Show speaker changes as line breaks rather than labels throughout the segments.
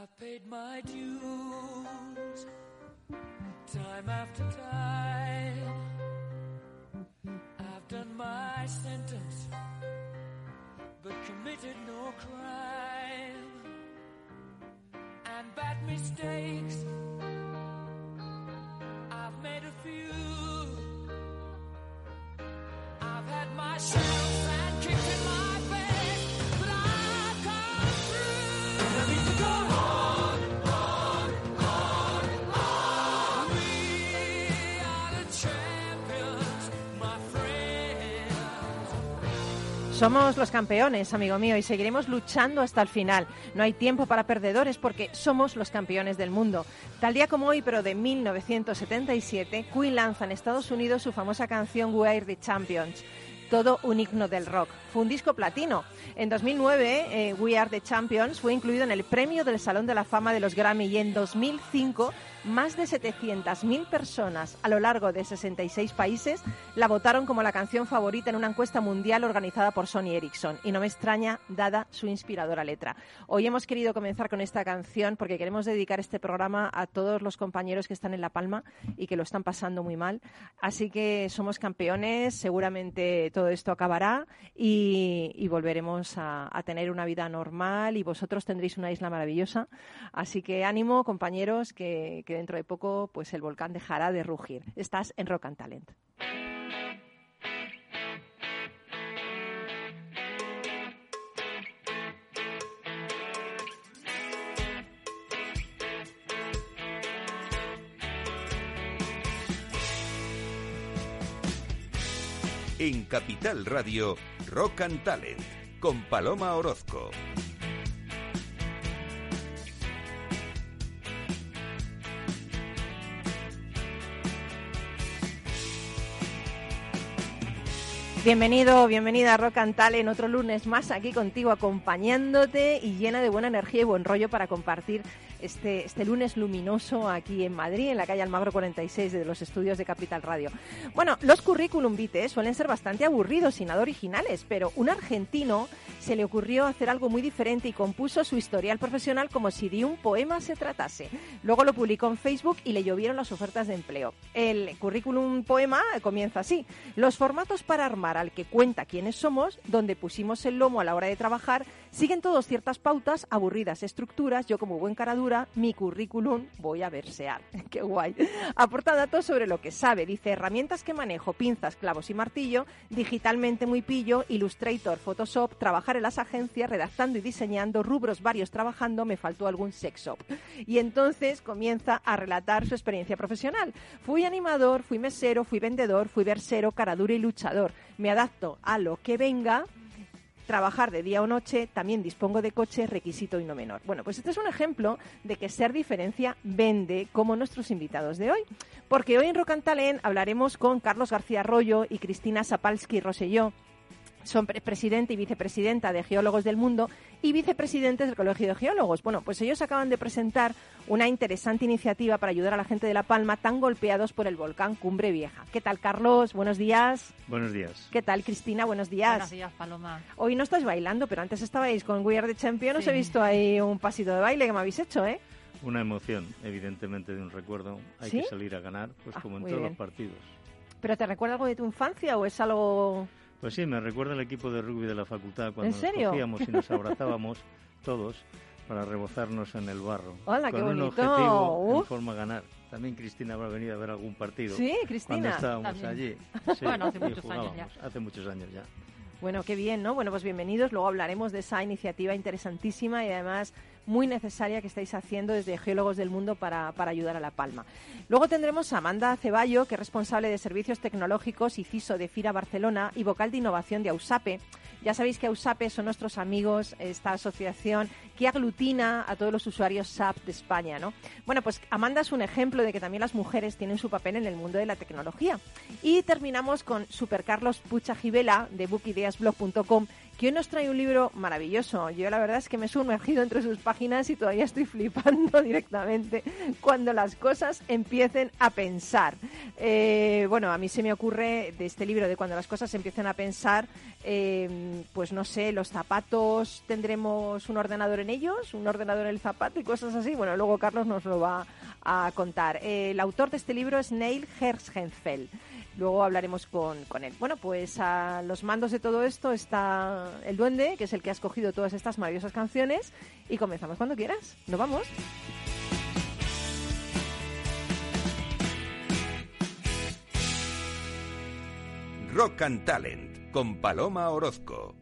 I've paid my dues, time after time. I've done my sentence, but committed no crime. And bad mistakes, I've made a few. I've had my shells and kicked in my face, but I've come through. I need to go on, on. We are the champions, my friends.
Somos los campeones, amigo mío, y seguiremos luchando hasta el final. No hay tiempo para perdedores porque somos los campeones del mundo. Tal día como hoy, pero de 1977, Queen lanza en Estados Unidos su famosa canción We Are the Champions. Todo un himno del rock. Fue un disco platino. En 2009, We Are the Champions fue incluido en el premio del Salón de la Fama de los Grammy y en 2005 más de 700.000 personas a lo largo de 66 países la votaron como la canción favorita en una encuesta mundial organizada por Sony Ericsson. Y no me extraña, dada su inspiradora letra. Hoy hemos querido comenzar con esta canción porque queremos dedicar este programa a todos los compañeros que están en La Palma y que lo están pasando muy mal. Así que somos campeones, seguramente todo esto acabará y volveremos a tener una vida normal y vosotros tendréis una isla maravillosa. Así que ánimo, compañeros, que dentro de poco pues el volcán dejará de rugir. Estás en Rock and Talent.
En Capital Radio, Rock and Talent, con Paloma Orozco.
Bienvenido, bienvenida a Rock and Talent, otro lunes más aquí contigo, acompañándote y llena de buena energía y buen rollo para compartir este lunes luminoso aquí en Madrid, en la calle Almagro 46 de los estudios de Capital Radio. Bueno, los currículum vitae suelen ser bastante aburridos y nada originales, pero un argentino se le ocurrió hacer algo muy diferente y compuso su historial profesional como si de un poema se tratase. Luego lo publicó en Facebook y le llovieron las ofertas de empleo. El currículum poema comienza así: los formatos para armar al que cuenta quiénes somos, donde pusimos el lomo a la hora de trabajar, siguen todos ciertas pautas, aburridas estructuras. Yo, como buen caradura, mi currículum voy a versear. ¡Qué guay! Aporta datos sobre lo que sabe. Dice: herramientas que manejo, pinzas, clavos y martillo, digitalmente muy pillo, Illustrator, Photoshop, trabajar en las agencias, redactando y diseñando, rubros varios trabajando, me faltó algún sex shop. Y entonces comienza a relatar su experiencia profesional. Fui animador, fui mesero, fui vendedor, fui versero, caradura y luchador. Me adapto a lo que venga. Trabajar de día o noche, también dispongo de coche, requisito y no menor. Bueno, pues este es un ejemplo de que ser diferencia vende, como nuestros invitados de hoy. Porque hoy en Rock and Talent hablaremos con Carlos García Arroyo y Cristina Sapalski Rosselló. Son presidente y vicepresidenta de Geólogos del Mundo y vicepresidentes del Colegio de Geólogos. Bueno, pues ellos acaban de presentar una interesante iniciativa para ayudar a la gente de La Palma tan golpeados por el volcán Cumbre Vieja. ¿Qué tal, Carlos? Buenos días.
Buenos días.
¿Qué tal, Cristina? Buenos días.
Buenos días, Paloma.
Hoy no estás bailando, pero antes estabais con We Are the Champions. Sí. Os he visto ahí un pasito de baile que me habéis hecho, ¿eh?
Una emoción, evidentemente, de un recuerdo. Hay que salir a ganar, pues como en todos los partidos.
¿Pero te recuerda algo de tu infancia o es algo...?
Pues sí, me recuerda el equipo de rugby de la facultad cuando
nos
cogíamos y nos abrazábamos todos para rebozarnos en el barro.
¡Hola,
con
qué bonito!
Un objetivo en forma ganar. También Cristina habrá venido a ver algún partido.
Sí, Cristina.
Cuando estábamos
también
allí. Sí,
bueno, hace muchos años ya.
Hace muchos años ya.
Bueno, qué bien, ¿no? Bueno, pues bienvenidos. Luego hablaremos de esa iniciativa interesantísima y además muy necesaria que estáis haciendo desde Geólogos del Mundo para ayudar a La Palma. Luego tendremos a Amanda Ceballo, que es responsable de Servicios Tecnológicos y CISO de FIRA Barcelona y vocal de innovación de AUSAPE. Ya sabéis que AUSAPE son nuestros amigos, esta asociación que aglutina a todos los usuarios SAP de España, ¿no? Bueno, pues Amanda es un ejemplo de que también las mujeres tienen su papel en el mundo de la tecnología. Y terminamos con Super Carlos Pucha Gibela, de bookideasblog.com, que hoy nos trae un libro maravilloso. Yo la verdad es que me he sumergido entre sus páginas y todavía estoy flipando directamente cuando las cosas empiecen a pensar. Bueno, a mí se me ocurre de este libro de cuando las cosas empiecen a pensar, pues no sé, los zapatos, tendremos un ordenador en ellos, un ordenador en el zapato y cosas así. Bueno, luego Carlos nos lo va a contar. El autor de este libro es Neil Herzfeld. Luego hablaremos con él. Bueno, pues a los mandos de todo esto está el Duende, que es el que ha escogido todas estas maravillosas canciones. Y comenzamos cuando quieras. ¿Nos vamos?
Rock and Talent, con Paloma Orozco.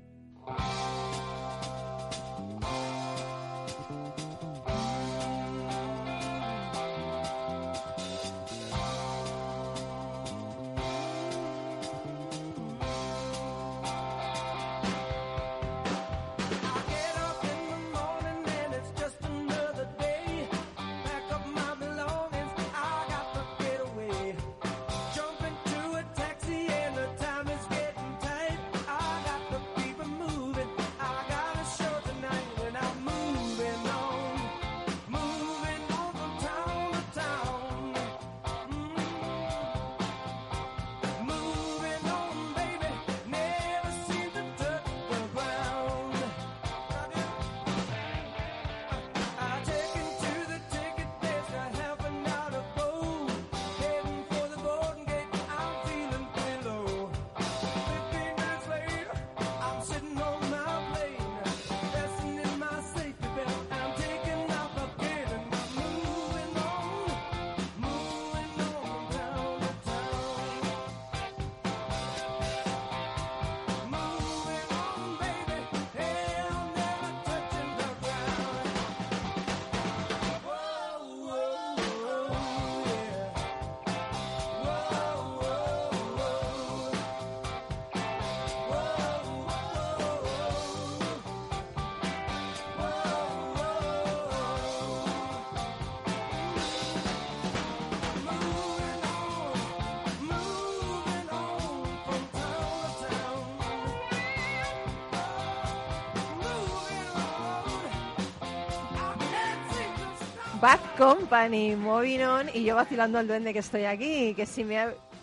Bad Company, Moving On, y yo vacilando al Duende que estoy aquí, que si me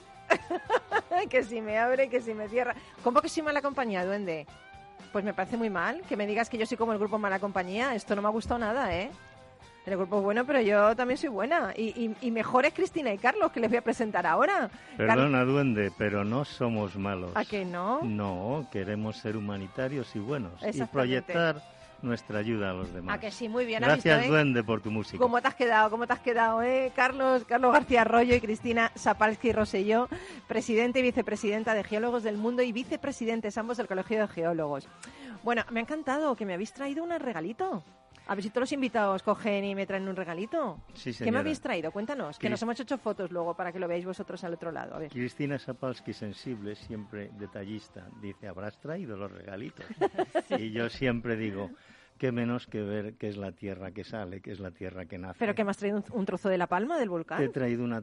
que si me abre, que si me cierra. ¿Cómo que soy mala compañía, Duende? Pues me parece muy mal que me digas que yo soy como el grupo Mala Compañía. Esto no me ha gustado nada, ¿eh? El grupo es bueno, pero yo también soy buena. Y mejor es Cristina y Carlos, que les voy a presentar ahora.
Perdona, Duende, pero no somos malos.
¿A que no?
No, queremos ser humanitarios y buenos. Y
Exactamente.
proyectar nuestra ayuda a los demás.
¿A que sí? Muy bien.
Gracias,
¿has visto,
Duende, por tu música.
¿Cómo te has quedado? ¿Cómo te has quedado, Carlos García Arroyo y Cristina Sapalski Rosselló, presidente y vicepresidenta de Geólogos del Mundo y vicepresidentes ambos del Colegio de Geólogos. Bueno, me ha encantado que me habéis traído un regalito. A ver si todos los invitados cogen y me traen un regalito.
Sí, señora.
¿Qué me habéis traído? Cuéntanos, que nos hemos hecho fotos luego para que lo veáis vosotros al otro lado. A ver.
Cristina Sapalski, sensible, siempre detallista, dice, ¿habrás traído los regalitos? Sí. Y yo siempre digo, qué menos que ver qué es la tierra que sale, qué es la tierra que nace.
¿Pero que me has traído un trozo de la palma del volcán?
Te he traído una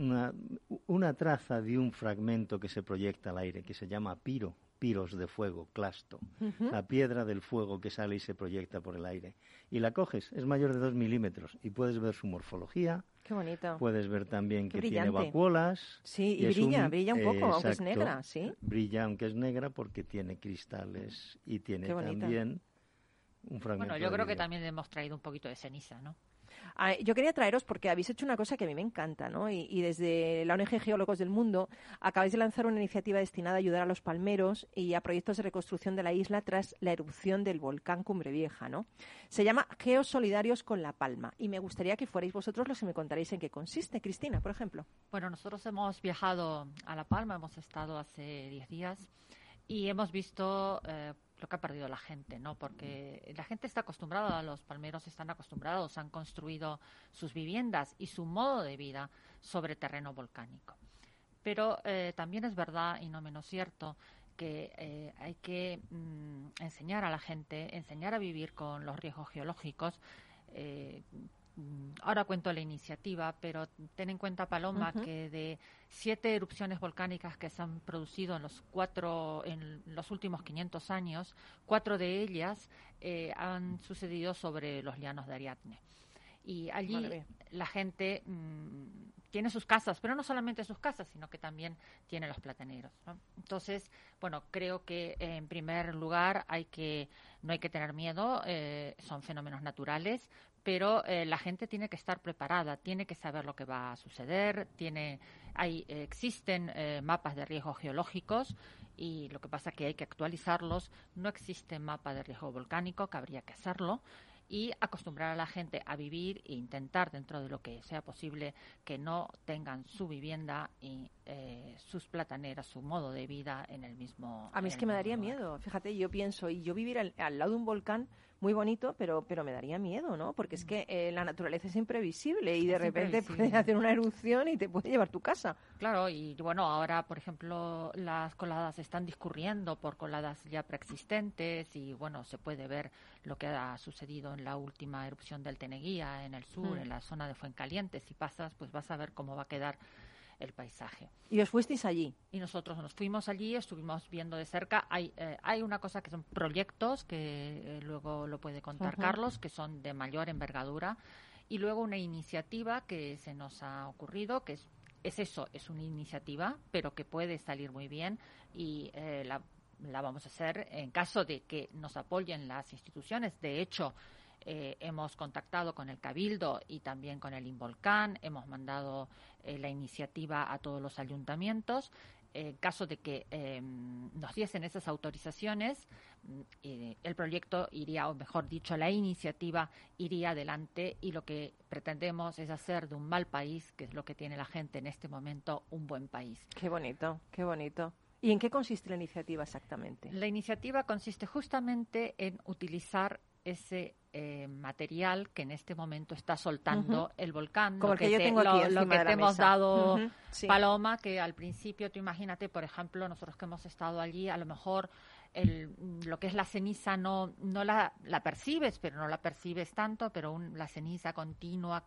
traza de un fragmento que se proyecta al aire, que se llama piro, piros de fuego, clasto, la piedra del fuego que sale y se proyecta por el aire. Y la coges, es mayor de 2 milímetros, y puedes ver su morfología.
Qué bonito.
Puedes ver también
Qué
que
brillante.
tiene vacuolas.
Sí, y brilla un poco, aunque es
exacto,
negra, ¿sí?
Brilla aunque es negra porque tiene cristales y tiene también un fragmento.
Bueno, yo creo que
vidrio.
también hemos traído un poquito de ceniza, ¿no?
Yo quería traeros porque habéis hecho una cosa que a mí me encanta, ¿no? Y desde la ONG Geólogos del Mundo acabáis de lanzar una iniciativa destinada a ayudar a los palmeros y a proyectos de reconstrucción de la isla tras la erupción del volcán Cumbre Vieja, ¿no? Se llama Geosolidarios con La Palma y me gustaría que fuerais vosotros los que me contaréis en qué consiste. Cristina, por ejemplo.
Bueno, nosotros hemos viajado a La Palma, hemos estado hace 10 días y hemos visto lo que ha perdido la gente, ¿no? Porque la gente está acostumbrada, los palmeros están acostumbrados, han construido sus viviendas y su modo de vida sobre terreno volcánico. Pero también es verdad, y no menos cierto, que hay que enseñar a la gente, enseñar a vivir con los riesgos geológicos, ahora cuento la iniciativa, pero ten en cuenta, Paloma, que de 7 erupciones volcánicas que se han producido en los últimos 500 años, 4 de ellas han sucedido sobre los llanos de Ariadne. Y allí la gente tiene sus casas, pero no solamente sus casas, sino que también tiene los plataneros, ¿no? Entonces, bueno, creo que en primer lugar no hay que tener miedo, son fenómenos naturales, pero la gente tiene que estar preparada, tiene que saber lo que va a suceder, existen mapas de riesgo geológicos y lo que pasa es que hay que actualizarlos. No existe mapa de riesgo volcánico, que habría que hacerlo, y acostumbrar a la gente a vivir e intentar, dentro de lo que sea posible, que no tengan su vivienda y sus plataneras, su modo de vida en el mismo
A mí es que me daría
lugar.
miedo. Fíjate, yo pienso, y yo vivir al lado de un volcán muy bonito, pero me daría miedo, ¿no? Porque es que la naturaleza es imprevisible y de
Es
repente
imprevisible.
puede hacer una erupción y te puede llevar tu casa.
Claro, y bueno, ahora, por ejemplo, las coladas están discurriendo por coladas ya preexistentes y, bueno, se puede ver lo que ha sucedido en la última erupción del Teneguía, en el sur, en la zona de Fuencaliente. Si pasas, pues vas a ver cómo va a quedar el paisaje.
Y os fuisteis allí.
Y nosotros nos fuimos allí, estuvimos viendo de cerca. Hay una cosa que son proyectos, que luego lo puede contar Carlos, que son de mayor envergadura, y luego una iniciativa que se nos ha ocurrido, que es una iniciativa, pero que puede salir muy bien y la vamos a hacer en caso de que nos apoyen las instituciones. De hecho, hemos contactado con el Cabildo y también con el Involcán, hemos mandado la iniciativa a todos los ayuntamientos. En caso de que nos diesen esas autorizaciones, el proyecto iría, o mejor dicho, la iniciativa iría adelante, y lo que pretendemos es hacer de un mal país, que es lo que tiene la gente en este momento, un buen país.
Qué bonito, qué bonito. ¿Y en qué consiste la iniciativa exactamente?
La iniciativa consiste justamente en utilizar ese material que en este momento está soltando el volcán.
Como el que yo tengo aquí
lo
encima
que
de la
te hemos
mesa.
dado,
Sí.
Paloma, que al principio, tú imagínate, por ejemplo, nosotros que hemos estado allí, a lo mejor lo que es la ceniza no la percibes, pero no la percibes tanto, pero la ceniza continua,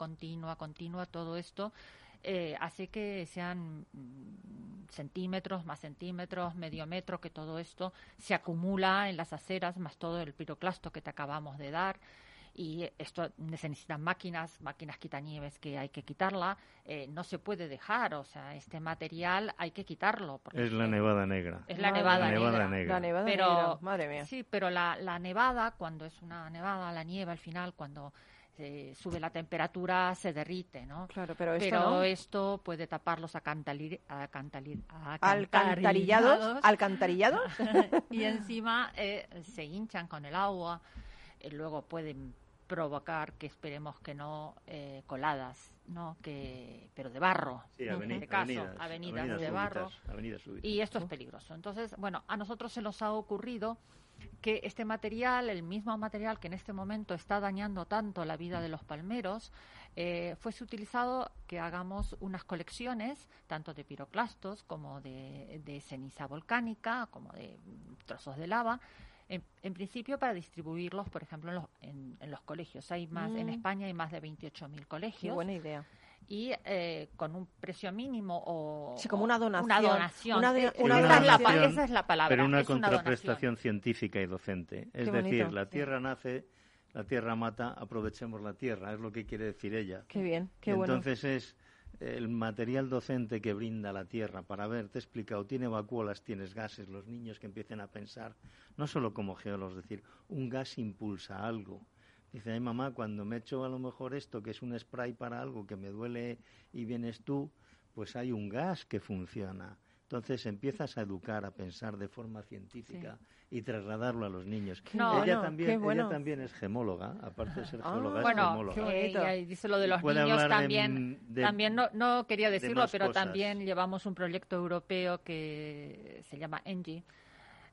todo esto hace que sean centímetros, más centímetros, medio metro, que todo esto se acumula en las aceras, más todo el piroclasto que te acabamos de dar. Y esto se necesitan máquinas quitanieves, que hay que quitarla. No se puede dejar, o sea, este material hay que quitarlo.
Es la nevada negra.
Es la
Madre
nevada
mía.
negra.
negra.
La nevada
Pero,
negra, madre mía.
Sí, pero la nevada, cuando es una nevada, la nieve al final, cuando sube la temperatura, se derrite, ¿no?
Claro, pero esto
Pero
no.
esto puede tapar los
¿Alcantarillados?
y encima se hinchan con el agua. Luego pueden provocar, que esperemos que no, coladas, ¿no? Pero de barro,
Sí,
en este caso, avenidas de barro.
Avenidas súbitas.
Y esto es peligroso. Entonces, bueno, a nosotros se nos ha ocurrido que este material, el mismo material que en este momento está dañando tanto la vida de los palmeros, fuese utilizado, que hagamos unas colecciones, tanto de piroclastos como de ceniza volcánica, como de trozos de lava, en principio para distribuirlos, por ejemplo, en los colegios. En España hay más de 28.000 colegios.
Qué buena idea.
Y con un precio mínimo o
Sí, como una donación.
Una donación.
Una
donación,
Esa es la palabra.
Pero una
es
contraprestación
donación.
científica y docente. Es
Qué
decir,
bonito.
la tierra nace, la tierra mata, aprovechemos la tierra, es lo que quiere decir ella.
Qué bien, qué
Y
bueno.
entonces es el material docente que brinda la tierra para ver, te he explicado, tiene vacuolas, tienes gases, los niños que empiecen a pensar, no solo como geólogos, es decir, un gas impulsa algo. Dice, ay mamá, cuando me echo a lo mejor esto, que es un spray para algo que me duele y vienes tú, pues hay un gas que funciona. Entonces empiezas a educar, a pensar de forma científica y trasladarlo a los niños.
No,
ella,
no,
también,
qué bueno.
ella también es gemóloga, aparte de ser geóloga, es
Bueno,
gemóloga.
qué bonito.
y dice lo de los
Puede
niños
hablar
también.
de
También no quería
de
decirlo,
más
pero
cosas.
también llevamos un proyecto europeo que se llama ENGIE,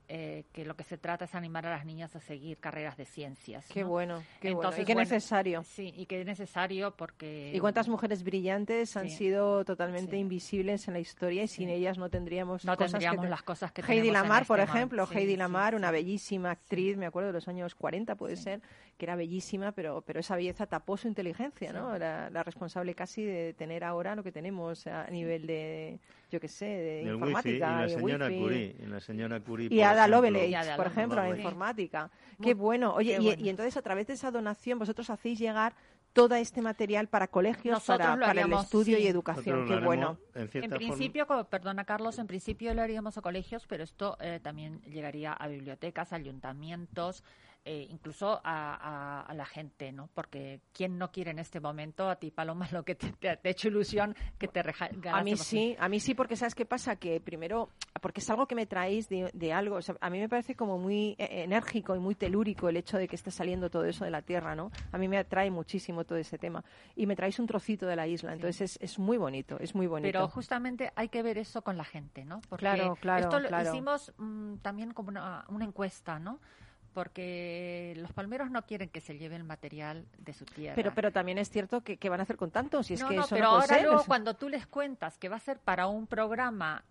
que lo que se trata es animar a las niñas a seguir carreras de ciencias.
Qué
¿no?
bueno, qué bueno.
Entonces,
Y qué
bueno,
necesario.
Sí, y qué es necesario porque...
Y cuántas mujeres brillantes han
Sí.
sido totalmente
Sí.
invisibles en la historia y sin
Sí.
ellas no tendríamos
no
cosas
tendríamos
que
las cosas que
Heidi
tenemos en
Lamar, por
este
ejemplo,
momento. Sí,
Heidi
sí,
Lamar, una
sí.
bellísima actriz, me acuerdo de los años 40 puede
Sí.
ser, que era bellísima, pero esa belleza tapó su inteligencia,
Sí.
¿no? Era la responsable casi de tener ahora lo que tenemos a nivel de, yo qué sé, de
Del wifi, y
informática
la
y
señora
wifi.
Curie, y la señora Curie,
Y
por
Ada
ejemplo.
Lovelace,
Y Ada
por ejemplo, la
Lovelace.
informática.
Muy-
Qué bueno. Oye,
qué
y,
bueno.
y entonces a través de esa donación vosotros hacéis llegar todo este material para colegios,
Nosotros lo
para el
haríamos,
estudio
sí.
y educación.
Nosotros
Qué
lo
bueno.
haremos, en
En
cierta
principio, perdona Carlos, en principio lo haríamos a colegios, pero esto también llegaría a bibliotecas, ayuntamientos, incluso a la gente, ¿no? Porque ¿quién no quiere en este momento, a ti Paloma, lo que te ha hecho ilusión que te regalásemos?
A mí sí, porque ¿sabes qué pasa? Que primero, porque es algo que me traéis de algo, o sea, a mí me parece como muy enérgico y muy telúrico el hecho de que esté saliendo todo eso de la Tierra, ¿no? A mí me atrae muchísimo todo ese tema. Y me traéis un trocito de la isla, entonces es muy bonito, es muy bonito.
Pero justamente hay que ver eso con la gente, ¿no? Porque
Claro,
esto lo
claro.
hicimos también como una encuesta, ¿no? Porque los palmeros no quieren que se lleve el material de su tierra.
Pero también es cierto que van a hacer con tanto, si es que eso
pero
no puede
ahora
ser.
luego cuando tú les cuentas que va a ser para un programa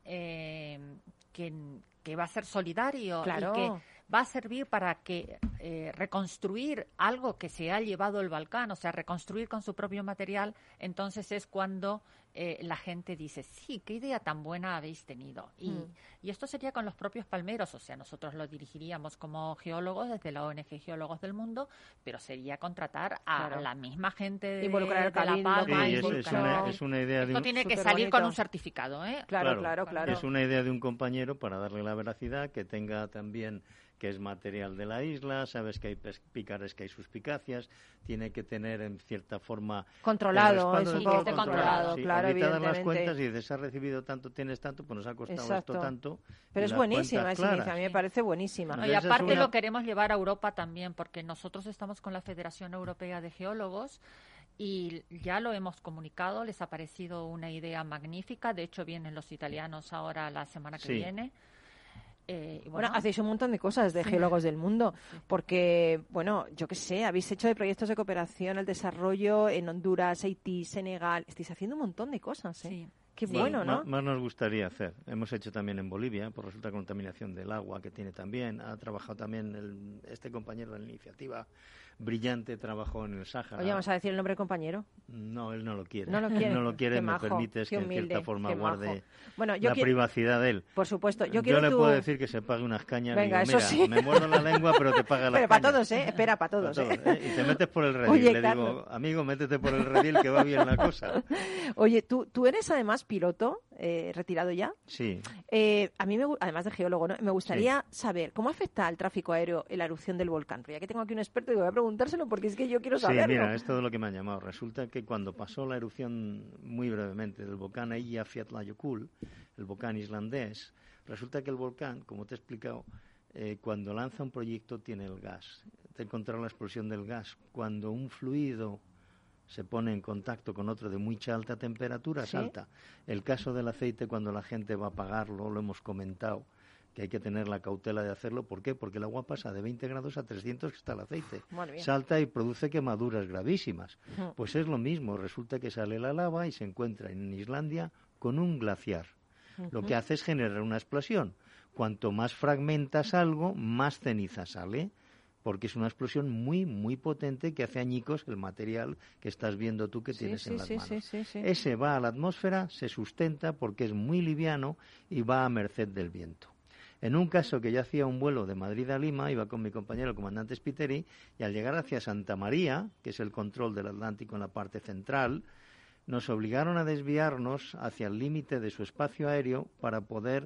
que va a ser solidario
Claro.
y que va a servir para que reconstruir algo que se ha llevado el volcán, o sea, reconstruir con su propio material, entonces es cuando la gente dice, sí, qué idea tan buena habéis tenido. Y esto sería con los propios palmeros, o sea, nosotros lo dirigiríamos como geólogos desde la ONG Geólogos del Mundo, pero sería contratar a
Claro.
la misma gente de
Involucrar al
La
Cabildo,
Palma.
Sí,
involucrar-
es una idea de
Esto
un...
tiene que
Superbonito.
salir con un certificado, ¿eh?
Claro.
Es una idea de un compañero para darle la veracidad, que tenga también que es material de la isla, sabes que hay pícares, que hay suspicacias, tiene que tener en cierta forma
Controlado,
el respaldo
es
de
un
todo
poco controlado,
Sí,
claro,
ahorita dar las
evidentemente.
cuentas y dices, has recibido tanto, tienes tanto, pues nos ha costado
Exacto.
esto tanto.
Pero
y
es
las
buenísima
cuentas
esa iniciativa,
claras.
a mí me parece buenísima.
No,
Entonces
y
es
aparte
una-
lo queremos llevar a Europa también, porque nosotros estamos con la Federación Europea de Geólogos y ya lo hemos comunicado, les ha parecido una idea magnífica. De hecho, vienen los italianos ahora la semana que
Sí.
viene. Y
Bueno, hacéis un montón de cosas de geólogos del mundo, porque, bueno, yo qué sé, habéis hecho de proyectos de cooperación al desarrollo en Honduras, Haití, Senegal, estáis haciendo un montón de cosas, ¿eh?
Sí.
Qué
Sí.
bueno, ¿no?
Más nos gustaría hacer. Hemos hecho también en Bolivia, por resulta contaminación del agua que tiene también. Ha trabajado también este compañero de la iniciativa brillante, trabajó en el Sáhara.
Oye, vamos a decir el nombre del compañero.
No, él no lo quiere.
No lo quiere.
Él no lo quiere,
Qué
me
majo,
permites
qué
que en
humilde,
cierta forma
qué majo.
guarde
Bueno, yo
la
quiero,
privacidad de él.
por supuesto, yo quiero
le
tu...
puedo decir que se pague unas cañas.
Venga,
digo,
eso
mira,
sí.
me muerdo la lengua, pero te paga la
Pero para todos, ¿eh? Espera, para todos, ¿eh?
Y te metes por el redil.
Oye,
Le
Carlos.
digo, amigo, métete por el redil que va bien la cosa.
Oye, tú eres además piloto, retirado ya.
Sí.
A mí, además de geólogo, ¿no? Me gustaría saber cómo afecta al tráfico aéreo la erupción del volcán. Pero ya que tengo aquí un experto, digo, voy a preguntárselo porque es que yo quiero
Sí,
saberlo.
mira, es todo lo que me han llamado. Resulta que cuando pasó la erupción, muy brevemente, del volcán Eyjafjallajökull, el volcán islandés, resulta que el volcán, como te he explicado, cuando lanza un proyecto tiene el gas. Te controla la explosión del gas. Cuando un fluido se pone en contacto con otro de mucha alta temperatura,
¿Sí?
salta. El caso del aceite, cuando la gente va a apagarlo, lo hemos comentado, que hay que tener la cautela de hacerlo. ¿Por qué? Porque el agua pasa de 20 grados a 300, que está el aceite.
Madre mía.
Salta y produce quemaduras gravísimas.
Ujú.
Pues es lo mismo. Resulta que sale la lava y se encuentra en Islandia con un glaciar. Lo que hace es generar una explosión. Cuanto más fragmentas algo, más ceniza sale, porque es una explosión muy, muy potente que hace añicos el material que estás viendo tú que tienes en las manos.
Sí.
Ese va a la atmósfera, se sustenta porque es muy liviano y va a merced del viento. En un caso que yo hacía un vuelo de Madrid a Lima, iba con mi compañero el comandante Spiteri, y al llegar hacia Santa María, que es el control del Atlántico en la parte central, nos obligaron a desviarnos hacia el límite de su espacio aéreo para poder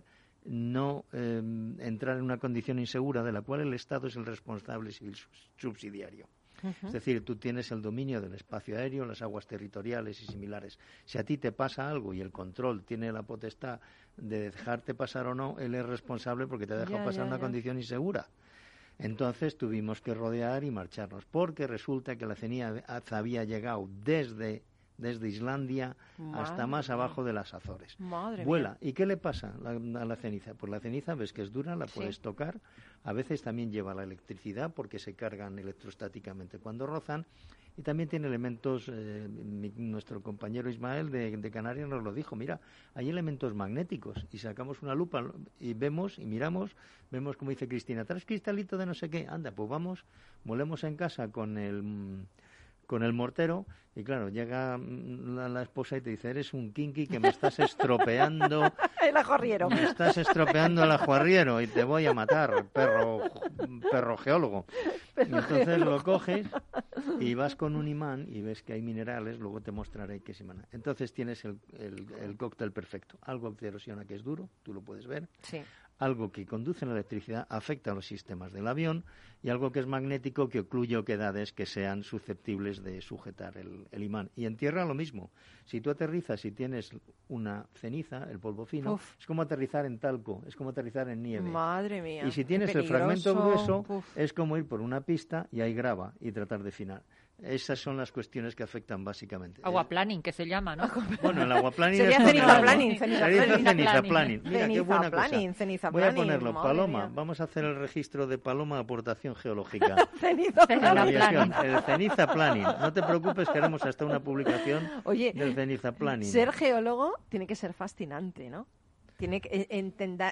no entrar en una condición insegura de la cual el Estado es el responsable civil subsidiario. Es decir, tú tienes el dominio del espacio aéreo, las aguas territoriales y similares. Si a ti te pasa algo y el control tiene la potestad de dejarte pasar o no, él es responsable porque te ha dejado pasar una condición insegura. Entonces tuvimos que rodear y marcharnos, porque resulta que la ceniza había llegado desde desde Islandia hasta más abajo de las Azores.
Madre
Vuela.
mía.
¿Y qué le pasa a la ceniza? Pues la ceniza, ves que es dura, la puedes tocar. A veces también lleva la electricidad porque se cargan electrostáticamente cuando rozan. Y también tiene elementos, nuestro compañero Ismael de Canarias nos lo dijo, mira, hay elementos magnéticos, y sacamos una lupa y vemos y miramos, vemos como dice Cristina, traes cristalito de no sé qué, anda, pues vamos, molemos en casa con el mortero, y claro, llega la esposa y te dice, eres un kinky que me estás estropeando,
El ajuarriero.
me estás estropeando el ajuarriero y te voy a matar, perro geólogo. Y entonces lo coges y vas con un imán y ves que hay minerales, luego te mostraré qué es imán. Entonces tienes el cóctel perfecto. Algo que erosiona, que es duro, tú lo puedes ver.
Sí.
Algo que conduce la electricidad, afecta a los sistemas del avión, y algo que es magnético, que ocluye oquedades que sean susceptibles de sujetar el imán. Y en tierra lo mismo. Si tú aterrizas y tienes una ceniza, el polvo fino, es como aterrizar en talco, es como aterrizar en nieve.
Madre mía.
Y si tienes
qué
el fragmento
peligroso.
grueso, es como ir por una pista y hay grava y tratar de afinar. Esas son las cuestiones que afectan básicamente.
Aguaplaning, que se llama, ¿no?
Bueno, el aguaplaning
Sería
es con el agua.
cenizaplaning,
Sería
cenizaplaning.
cenizaplaning. Mira, qué buena cosa. Voy a
Cenizaplaning,
ponerlo.
madre
Paloma,
mía.
vamos a hacer el registro de Paloma aportación geológica.
Cenizaplaning.
A la aviación, el cenizaplaning. No te preocupes, que haremos hasta una publicación
Oye,
del cenizaplaning.
ser geólogo tiene que ser fascinante, ¿no? Tiene que intentar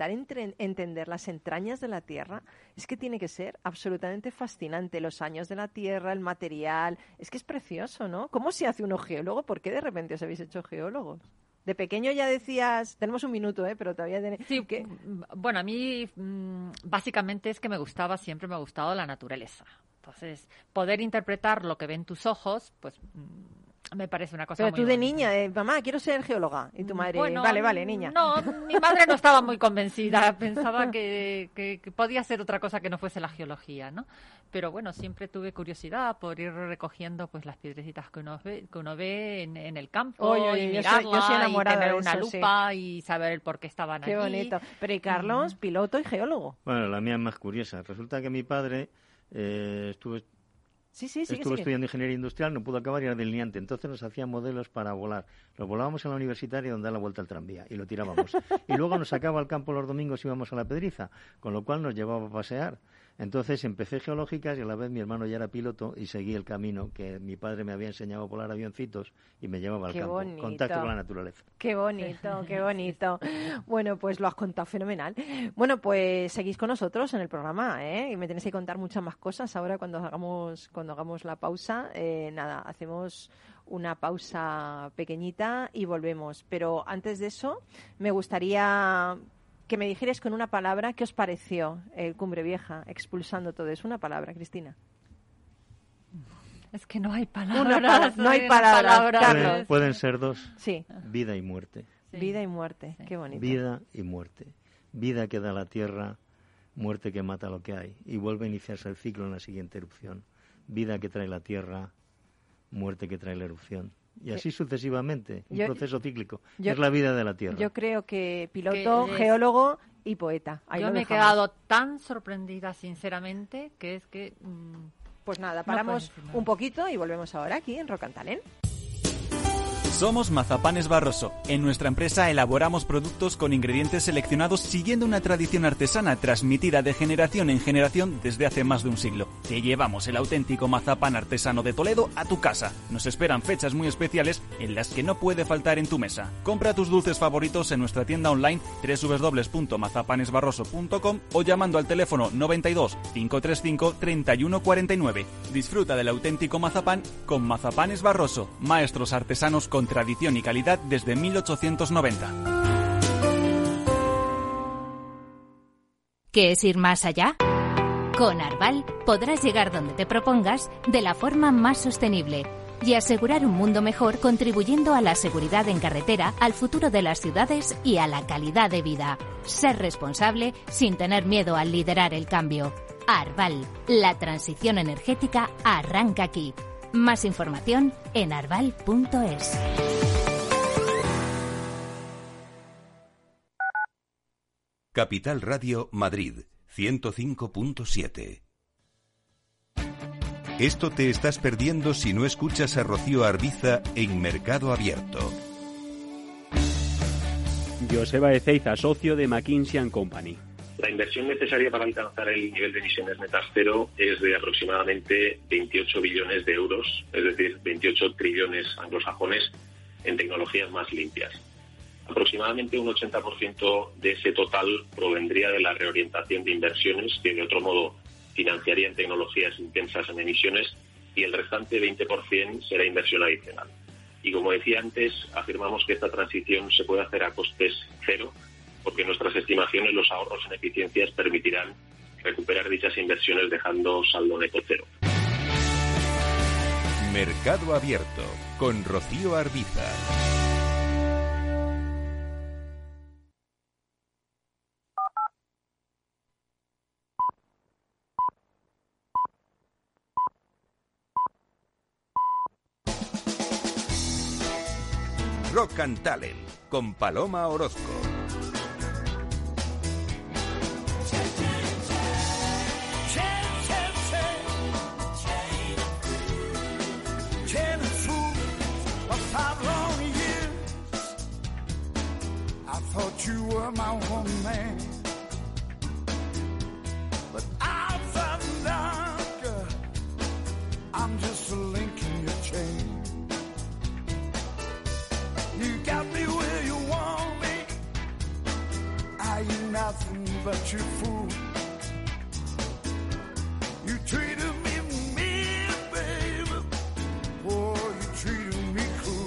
entender las entrañas de la Tierra. Es que tiene que ser absolutamente fascinante. Los años de la Tierra, el material. Es que es precioso, ¿no? ¿Cómo se hace uno geólogo? ¿Por qué de repente os habéis hecho geólogos? De pequeño ya decías, tenemos un minuto, pero todavía
Sí, bueno, a mí básicamente es que siempre me ha gustado la naturaleza. Entonces, poder interpretar lo que ven tus ojos, pues me parece una cosa
Pero
muy
tú de
bonita.
niña, mamá, quiero ser geóloga. Y tu madre,
Bueno,
vale, niña.
No, mi madre no estaba muy convencida. Pensaba que podía ser otra cosa que no fuese la geología, ¿no? Pero bueno, siempre tuve curiosidad por ir recogiendo pues las piedrecitas que uno ve en el campo,
Oye,
y
yo soy
mirarlas, y
enamorada
tener
de
una
eso, sí.
lupa y saber por qué estaban
Qué
allí.
bonito. Pero y Carlos, piloto y geólogo.
Bueno, la mía es más curiosa. Resulta que mi padre estuvo estudiando ingeniería industrial, no pudo acabar y era delineante. Entonces nos hacía modelos para volar. Lo volábamos en la universitaria donde da la vuelta al tranvía y lo tirábamos. Y luego nos sacaba al campo los domingos y íbamos a la Pedriza, con lo cual nos llevaba a pasear. Entonces empecé geológicas y a la vez mi hermano ya era piloto y seguí el camino que mi padre me había enseñado a volar avioncitos y me llevaba al
Qué
campo.
bonito.
Contacto con la naturaleza.
Qué bonito, qué bonito. Bueno, pues lo has contado fenomenal. Bueno, pues seguís con nosotros en el programa, y me tenéis que contar muchas más cosas ahora cuando hagamos la pausa. Nada, hacemos una pausa pequeñita y volvemos. Pero antes de eso, me gustaría que me dijerais con una palabra qué os pareció el Cumbre Vieja expulsando todo eso. Una palabra, Cristina.
Es que no hay palabras.
No hay palabras, Carlos.
Pueden ser dos.
Sí.
Vida y muerte.
Sí.
Vida y muerte.
Sí.
Qué bonito.
Vida y muerte. Vida que da la tierra, muerte que mata lo que hay. Y vuelve a iniciarse el ciclo en la siguiente erupción. Vida que trae la tierra, muerte que trae la erupción. Y así sucesivamente, un proceso cíclico. Es la vida de la tierra.
Yo creo que piloto, geólogo y poeta. Ahí
Yo
lo
me he
dejamos.
quedado tan sorprendida, sinceramente, que es que...
Pues nada,
No
paramos
puedes decir nada.
un poquito y volvemos ahora aquí en Rock and Talent.
Somos Mazapanes Barroso. En nuestra empresa elaboramos productos con ingredientes seleccionados siguiendo una tradición artesana transmitida de generación en generación desde hace más de un siglo. Te llevamos el auténtico mazapán artesano de Toledo a tu casa. Nos esperan fechas muy especiales en las que no puede faltar en tu mesa. Compra tus dulces favoritos en nuestra tienda online www.mazapanesbarroso.com o llamando al teléfono 92 535 3149. Disfruta del auténtico mazapán con Mazapanes Barroso, maestros artesanos con tradición y calidad desde 1890.
¿Qué es ir más allá? Con Arval podrás llegar donde te propongas de la forma más sostenible y asegurar un mundo mejor contribuyendo a la seguridad en carretera, al futuro de las ciudades y a la calidad de vida. Ser responsable sin tener miedo al liderar el cambio. Arval, la transición energética arranca aquí. Más información en arval.es.
Capital Radio Madrid 105.7. Esto te estás perdiendo si no escuchas a Rocío Arbiza en Mercado Abierto.
Joseba Ezeiza, socio de McKinsey & Company.
La inversión necesaria para alcanzar el nivel de emisiones netas cero es de aproximadamente 28 billones de euros, es decir, 28 trillones anglosajones en tecnologías más limpias. Aproximadamente un 80% de ese total provendría de la reorientación de inversiones que de otro modo financiarían tecnologías intensas en emisiones, y el restante 20% será inversión adicional. Y como decía antes, afirmamos que esta transición se puede hacer a costes cero, porque nuestras estimaciones, los ahorros en eficiencias permitirán recuperar dichas inversiones dejando saldo neto cero.
Mercado Abierto con Rocío Arbiza. Rock and Talent con Paloma Orozco.
You were my woman, but I found out, girl, I'm just a link in your chain. You got me where you want me, I ain't nothing but your fool. You treated me mean, baby, boy, you treated me cruel.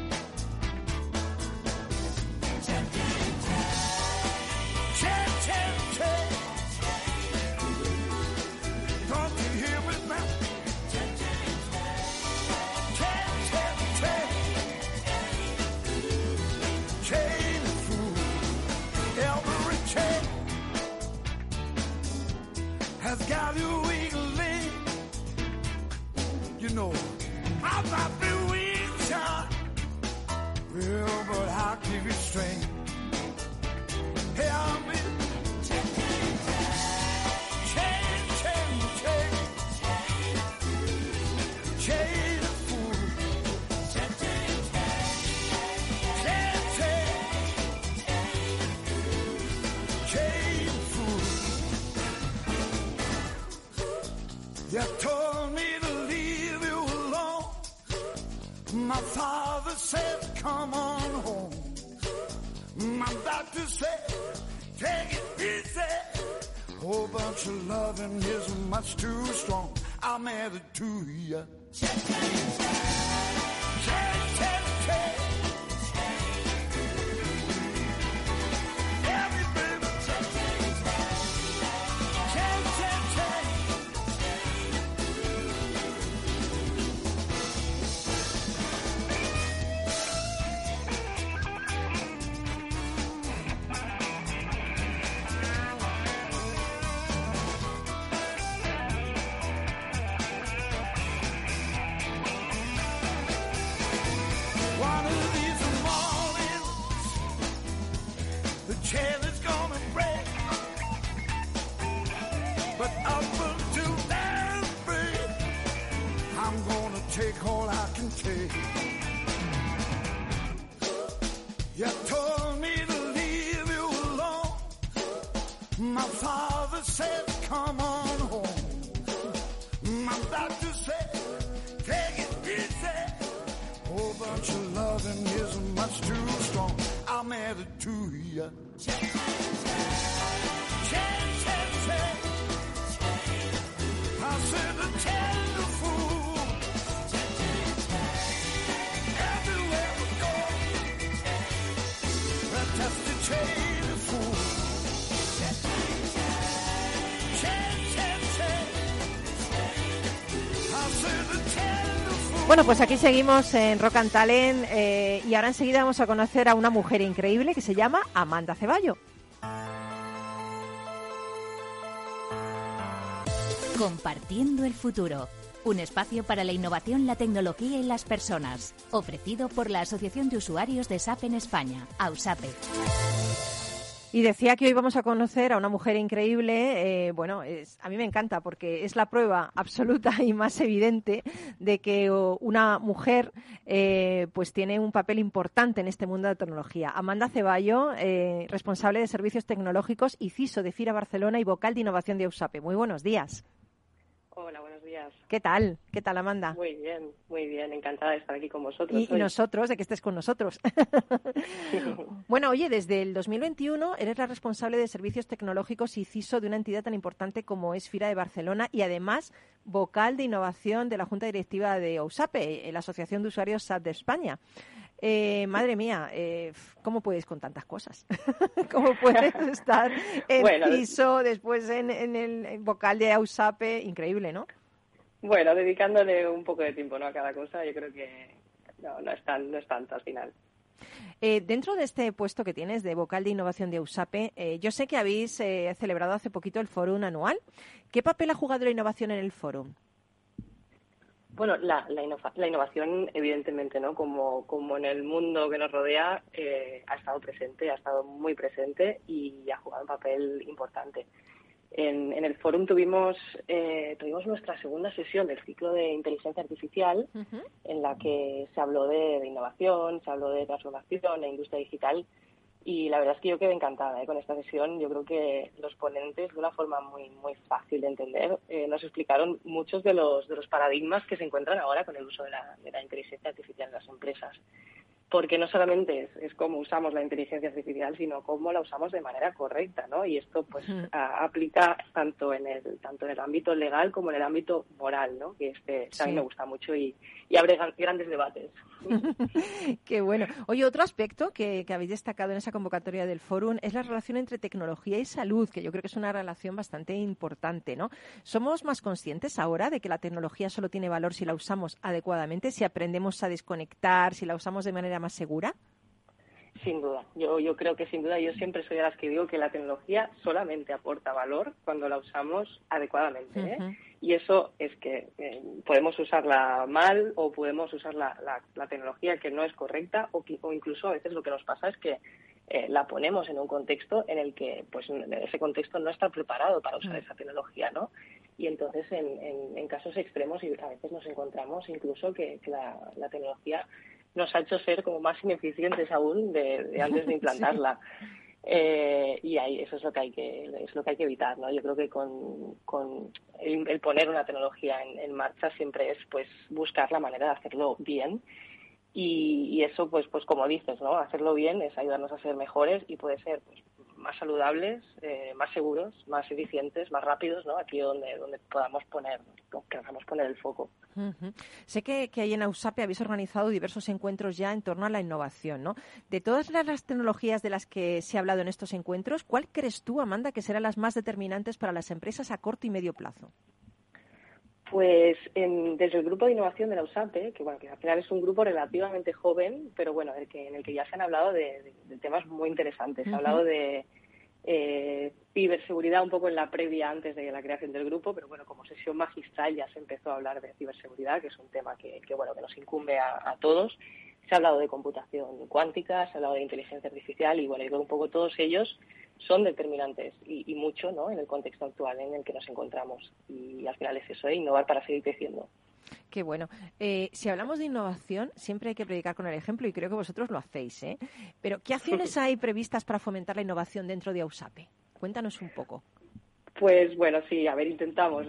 Has got you wiggling. You know, I might be weak, child. Well, but I'll keep it straight. Hey, I'm in. You told me to leave you alone. My father said, come on home. My doctor said, take it easy. Whole bunch of loving is much too strong. I'm added to you. Take all I can take. You told me to leave you alone. My father said, come on home. My doctor said, take it easy. Whole bunch of loving is much too strong. I'm added to you. I said to tell the fool.
Bueno, pues aquí seguimos en Rock and Talent y ahora enseguida vamos a conocer a una mujer increíble que se llama Amanda Ceballo.
Compartiendo el futuro. Un espacio para la innovación, la tecnología y las personas. Ofrecido por la Asociación de Usuarios de SAP en España, AUSAPE.
Y decía que hoy vamos a conocer a una mujer increíble. A mí me encanta porque es la prueba absoluta y más evidente de que una mujer pues tiene un papel importante en este mundo de la tecnología. Amanda Ceballo, responsable de servicios tecnológicos y CISO de FIRA Barcelona y vocal de innovación de EUSAPE. Muy buenos días.
Hola, buenos días.
¿Qué tal? ¿Qué tal, Amanda?
Muy bien. Encantada de estar aquí con vosotros.
Y nosotros, de que estés con nosotros. Bueno, oye, desde el 2021 eres la responsable de servicios tecnológicos y CISO de una entidad tan importante como es FIRA de Barcelona y además vocal de innovación de la Junta Directiva de EUSAPE, la Asociación de Usuarios SAP de España. Madre mía, ¿cómo puedes con tantas cosas? ¿Cómo puedes estar en CISO, después en el vocal de EUSAPE? Increíble, ¿no?
Bueno, dedicándole un poco de tiempo, ¿no?, a cada cosa, yo creo que no es tanto al final.
Dentro de este puesto que tienes de vocal de innovación de EUSAPE, yo sé que habéis celebrado hace poquito el Fórum anual. ¿Qué papel ha jugado la innovación en el Fórum?
Bueno, la innovación, evidentemente, ¿no? Como en el mundo que nos rodea, ha estado muy presente y ha jugado un papel importante. En el Fórum tuvimos nuestra segunda sesión del ciclo de inteligencia artificial, en la que se habló de innovación, se habló de transformación, de industria digital. Y la verdad es que yo quedé encantada con esta sesión. Yo creo que los ponentes, de una forma muy fácil de entender, nos explicaron muchos de los paradigmas que se encuentran ahora con el uso de la inteligencia artificial en las empresas. Porque no solamente es cómo usamos la inteligencia artificial, sino cómo la usamos de manera correcta, ¿no? Y esto pues aplica tanto en el ámbito legal como en el ámbito moral, ¿no? Que a mí me gusta mucho y abre grandes debates.
Qué bueno. Oye, otro aspecto que habéis destacado en esa convocatoria del Fórum es la relación entre tecnología y salud, que yo creo que es una relación bastante importante, ¿no? ¿Somos más conscientes ahora de que la tecnología solo tiene valor si la usamos adecuadamente, si aprendemos a desconectar, si la usamos de manera más segura?
Sin duda. Yo creo que sin duda, yo siempre soy de las que digo que la tecnología solamente aporta valor cuando la usamos adecuadamente, ¿eh? Y eso es que podemos usarla mal o podemos usar la tecnología que no es correcta o incluso a veces lo que nos pasa es que la ponemos en un contexto en el que pues ese contexto no está preparado para usar esa tecnología, ¿no? Y entonces en casos extremos y a veces nos encontramos incluso que la tecnología nos ha hecho ser como más ineficientes aún de antes de implantarla. Y ahí eso es lo que hay que evitar, ¿no? Yo creo que con el poner una tecnología en marcha siempre es pues buscar la manera de hacerlo bien y eso pues como dices, ¿no? Hacerlo bien es ayudarnos a ser mejores y puede ser pues más saludables, más seguros, más eficientes, más rápidos, ¿no? Aquí donde queramos poner el foco.
Sé que ahí en EUSAPE habéis organizado diversos encuentros ya en torno a la innovación, ¿no? De todas las tecnologías de las que se ha hablado en estos encuentros, ¿cuál crees tú, Amanda, que serán las más determinantes para las empresas a corto y medio plazo?
Pues desde el grupo de innovación de la EUSAPE, que al final es un grupo relativamente joven, pero bueno, en el que ya se han hablado de temas muy interesantes. Se ha hablado de ciberseguridad un poco en la previa antes de la creación del grupo, pero bueno, como sesión magistral ya se empezó a hablar de ciberseguridad, que es un tema que nos incumbe a todos. Se ha hablado de computación cuántica, se ha hablado de inteligencia artificial y bueno, yo creo que un poco todos ellos son determinantes y mucho, ¿no?, en el contexto actual en el que nos encontramos. Y al final es eso, innovar para seguir creciendo.
Qué bueno. Si hablamos de innovación, siempre hay que predicar con el ejemplo y creo que vosotros lo hacéis, ¿eh? Pero, ¿qué acciones hay previstas para fomentar la innovación dentro de EUSAPE? Cuéntanos un poco.
Pues bueno, sí, intentamos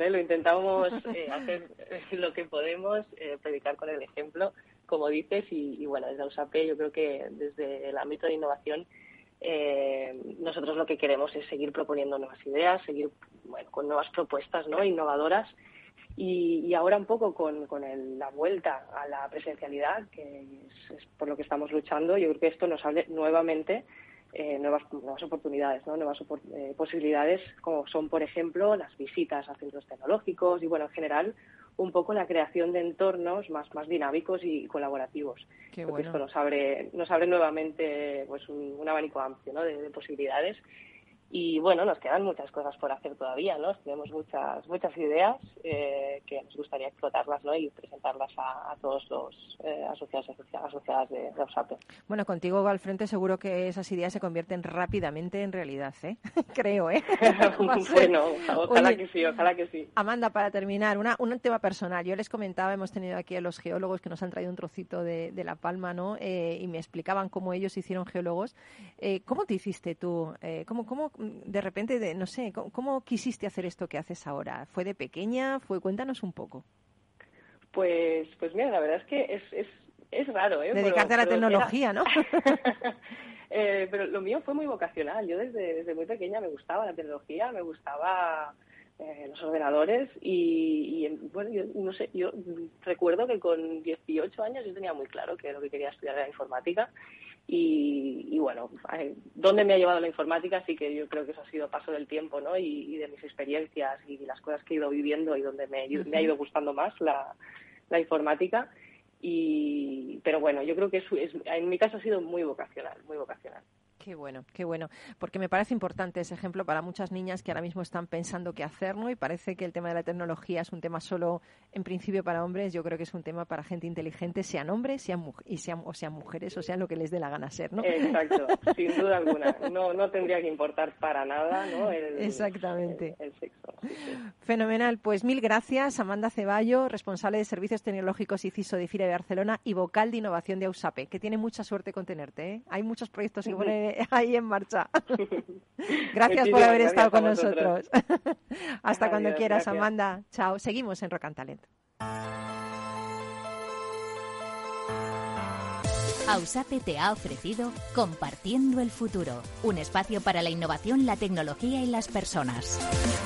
hacer lo que podemos, predicar con el ejemplo, como dices, y bueno, desde EUSAPE yo creo que desde el ámbito de innovación nosotros lo que queremos es seguir proponiendo nuevas ideas, seguir con nuevas propuestas, ¿no?, innovadoras. Y ahora un poco con la vuelta a la presencialidad, que es por lo que estamos luchando, yo creo que esto nos abre nuevamente nuevas oportunidades, ¿no?, nuevas posibilidades, como son, por ejemplo, las visitas a centros tecnológicos y, bueno, en general, un poco la creación de entornos más dinámicos y colaborativos.
Qué
porque
bueno.
esto nos abre nuevamente pues un abanico amplio, ¿no?, de posibilidades. Y bueno, nos quedan muchas cosas por hacer todavía, ¿no? Tenemos muchas ideas que nos gustaría explotarlas, ¿no? Y presentarlas a todos los asociadas de USAPE.
Bueno, contigo al frente seguro que esas ideas se convierten rápidamente en realidad, ¿eh? Creo, ¿eh?
Bueno, ojalá que sí.
Amanda, para terminar, un tema personal. Yo les comentaba, hemos tenido aquí a los geólogos que nos han traído un trocito de La Palma, ¿no? Y me explicaban cómo ellos se hicieron geólogos. ¿Cómo te hiciste tú? ¿Cómo de repente, no sé, ¿cómo quisiste hacer esto que haces ahora? ¿Fue de pequeña? Cuéntanos un poco.
Pues mira, la verdad es que es raro, ¿eh?
Dedicarte a la tecnología, ¿no?
Pero lo mío fue muy vocacional. Yo desde muy pequeña me gustaba la tecnología, me gustaba los ordenadores y bueno, yo no sé, yo recuerdo que con 18 años yo tenía muy claro que lo que quería estudiar era informática. Y bueno, ¿dónde me ha llevado la informática? Sí que yo creo que eso ha sido paso del tiempo, ¿no? Y de mis experiencias y las cosas que he ido viviendo y donde me ha ido gustando más la informática. Pero bueno, yo creo que en mi caso ha sido muy vocacional, muy vocacional.
Qué bueno, porque me parece importante ese ejemplo para muchas niñas que ahora mismo están pensando qué hacer, ¿no? Y parece que el tema de la tecnología es un tema solo, en principio, para hombres. Yo creo que es un tema para gente inteligente, sean hombres, sean mujeres, o sean lo que les dé la gana ser, ¿no?
Exacto, sin duda alguna. No tendría que importar para nada, ¿no?
Exactamente.
El sexo. Sí.
Fenomenal. Pues mil gracias, Amanda Ceballo, responsable de Servicios Tecnológicos y CISO de FIRA de Barcelona y vocal de innovación de USAPE, que tiene mucha suerte con tenerte, ¿eh? Hay muchos proyectos que ponen ahí en marcha. Gracias por haber estado con nosotros. Hasta cuando quieras, gracias. Amanda. Chao. Seguimos en Rock and Talent.
AUSAPE te ha ofrecido Compartiendo el Futuro, un espacio para la innovación, la tecnología y las personas.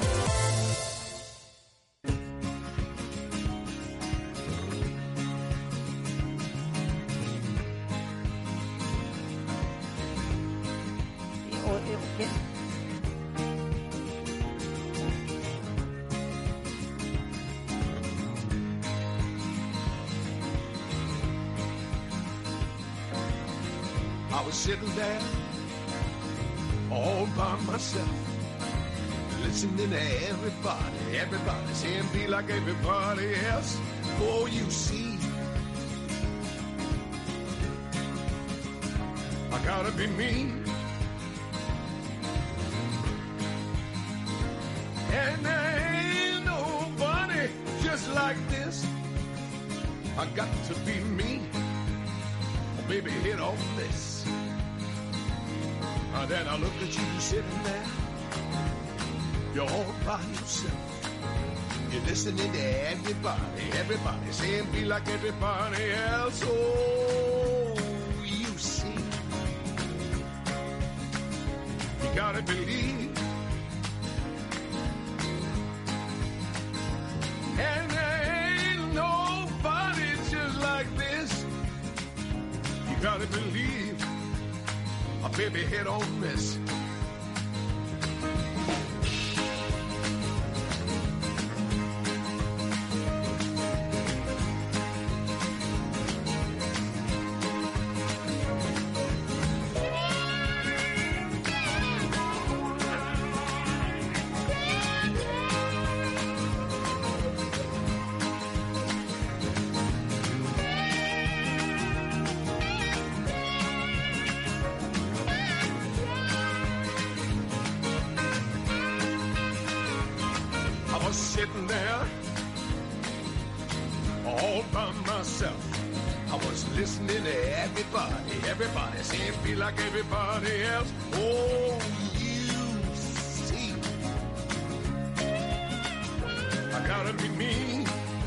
I was sitting there all by myself, listening to everybody saying be like everybody else. Oh, you see, I gotta be me. And there ain't nobody just like this. I got to be me. Oh, baby, hit on this. And then I look at you sitting there. You're all by yourself. You're listening to everybody saying be like everybody else. Oh, you see, you gotta believe. And there ain't nobody just like this. You gotta believe. Oh, baby, hit on this. Sitting there all by myself. I was listening to everybody saying be like everybody else. Oh, you see, I gotta be me.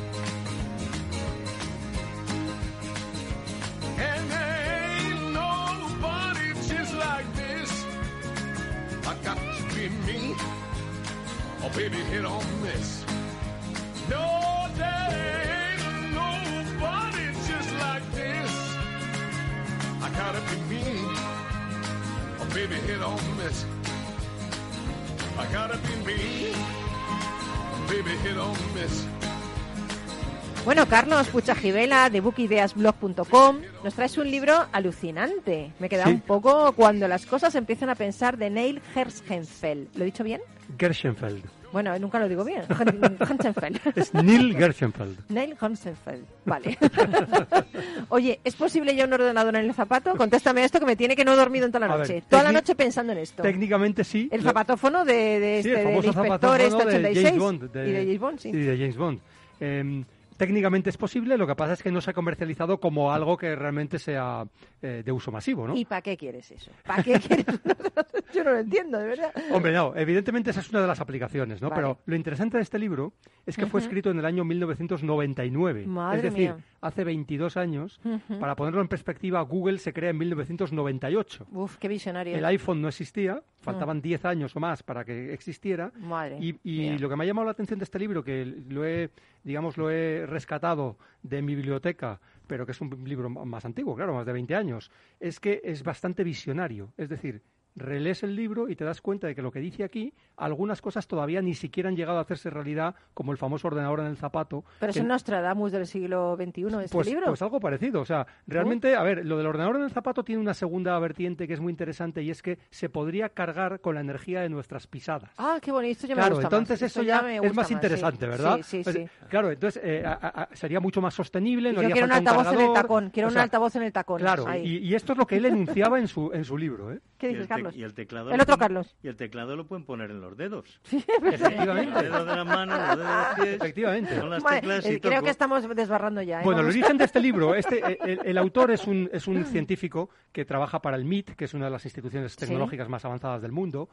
And there ain't nobody just like this. I got to be me. Oh, baby, hit on this. No, there ain't nobody just like this. I gotta be me. Oh, baby, hit on this. I gotta be me. Oh, baby, hit on this.
Bueno, Carlos Puchajivela, de bookideasblog.com, nos traes un libro alucinante. Me queda un poco cuando las cosas empiezan a pensar, de Neil Gershenfeld. ¿Lo he dicho bien?
Gershenfeld.
Bueno, nunca lo digo bien. Gershenfeld.
Es Neil Gershenfeld.
Neil Gershenfeld. Vale. Oye, ¿es posible ya un ordenador en el zapato? Contéstame esto, que me tiene que no he dormido en toda la noche. Toda la noche pensando en esto.
Técnicamente sí.
El zapatófono del inspector este 86.
De James Bond.
Y de James Bond, sí.
Y de James Bond. Técnicamente es posible, lo que pasa es que no se ha comercializado como algo que realmente sea de uso masivo, ¿no?
¿Y para qué quieres eso? ¿Para qué quieres? Yo no lo entiendo, de verdad.
Hombre, no, evidentemente esa es una de las aplicaciones, ¿no?
Vale.
Pero lo interesante de este libro es que fue escrito en el año 1999.
Madre
es decir,
mía.
hace 22 años. Para ponerlo en perspectiva, Google se crea en 1998.
Uf, qué visionario.
El iPhone no existía, faltaban 10 años o más para que existiera.
Madre
y
mía.
lo que me ha llamado la atención de este libro, que lo he rescatado de mi biblioteca, pero que es un libro más antiguo, claro, más de 20 años, es que es bastante visionario. Es decir, relees el libro y te das cuenta de que lo que dice aquí, algunas cosas todavía ni siquiera han llegado a hacerse realidad, como el famoso ordenador en el zapato.
Pero es un Nostradamus del siglo XXI, este libro.
Pues algo parecido. O sea, realmente, a ver, lo del ordenador en el zapato tiene una segunda vertiente que es muy interesante, y es que se podría cargar con la energía de nuestras pisadas.
Ah, qué bonito, esto ya me
Claro,
gusta
entonces
más.
eso ya es más interesante, ¿verdad?
Sí.
Claro, entonces sería mucho más sostenible. No
yo quiero un altavoz en el tacón, un altavoz en el tacón.
Claro, y esto es lo que él enunciaba en su libro, ¿eh?
¿Qué dices, Carlos?
Y el teclado.
El otro Carlos.
Y el teclado lo pueden poner en los dedos.
Sí,
efectivamente.
Los dedos de las manos, los dedos de los pies.
Efectivamente.
Son las teclas y
creo que estamos desbarrando ya.
Bueno, el origen de este libro, el autor es un científico que trabaja para el MIT, que es una de las instituciones tecnológicas más avanzadas del mundo,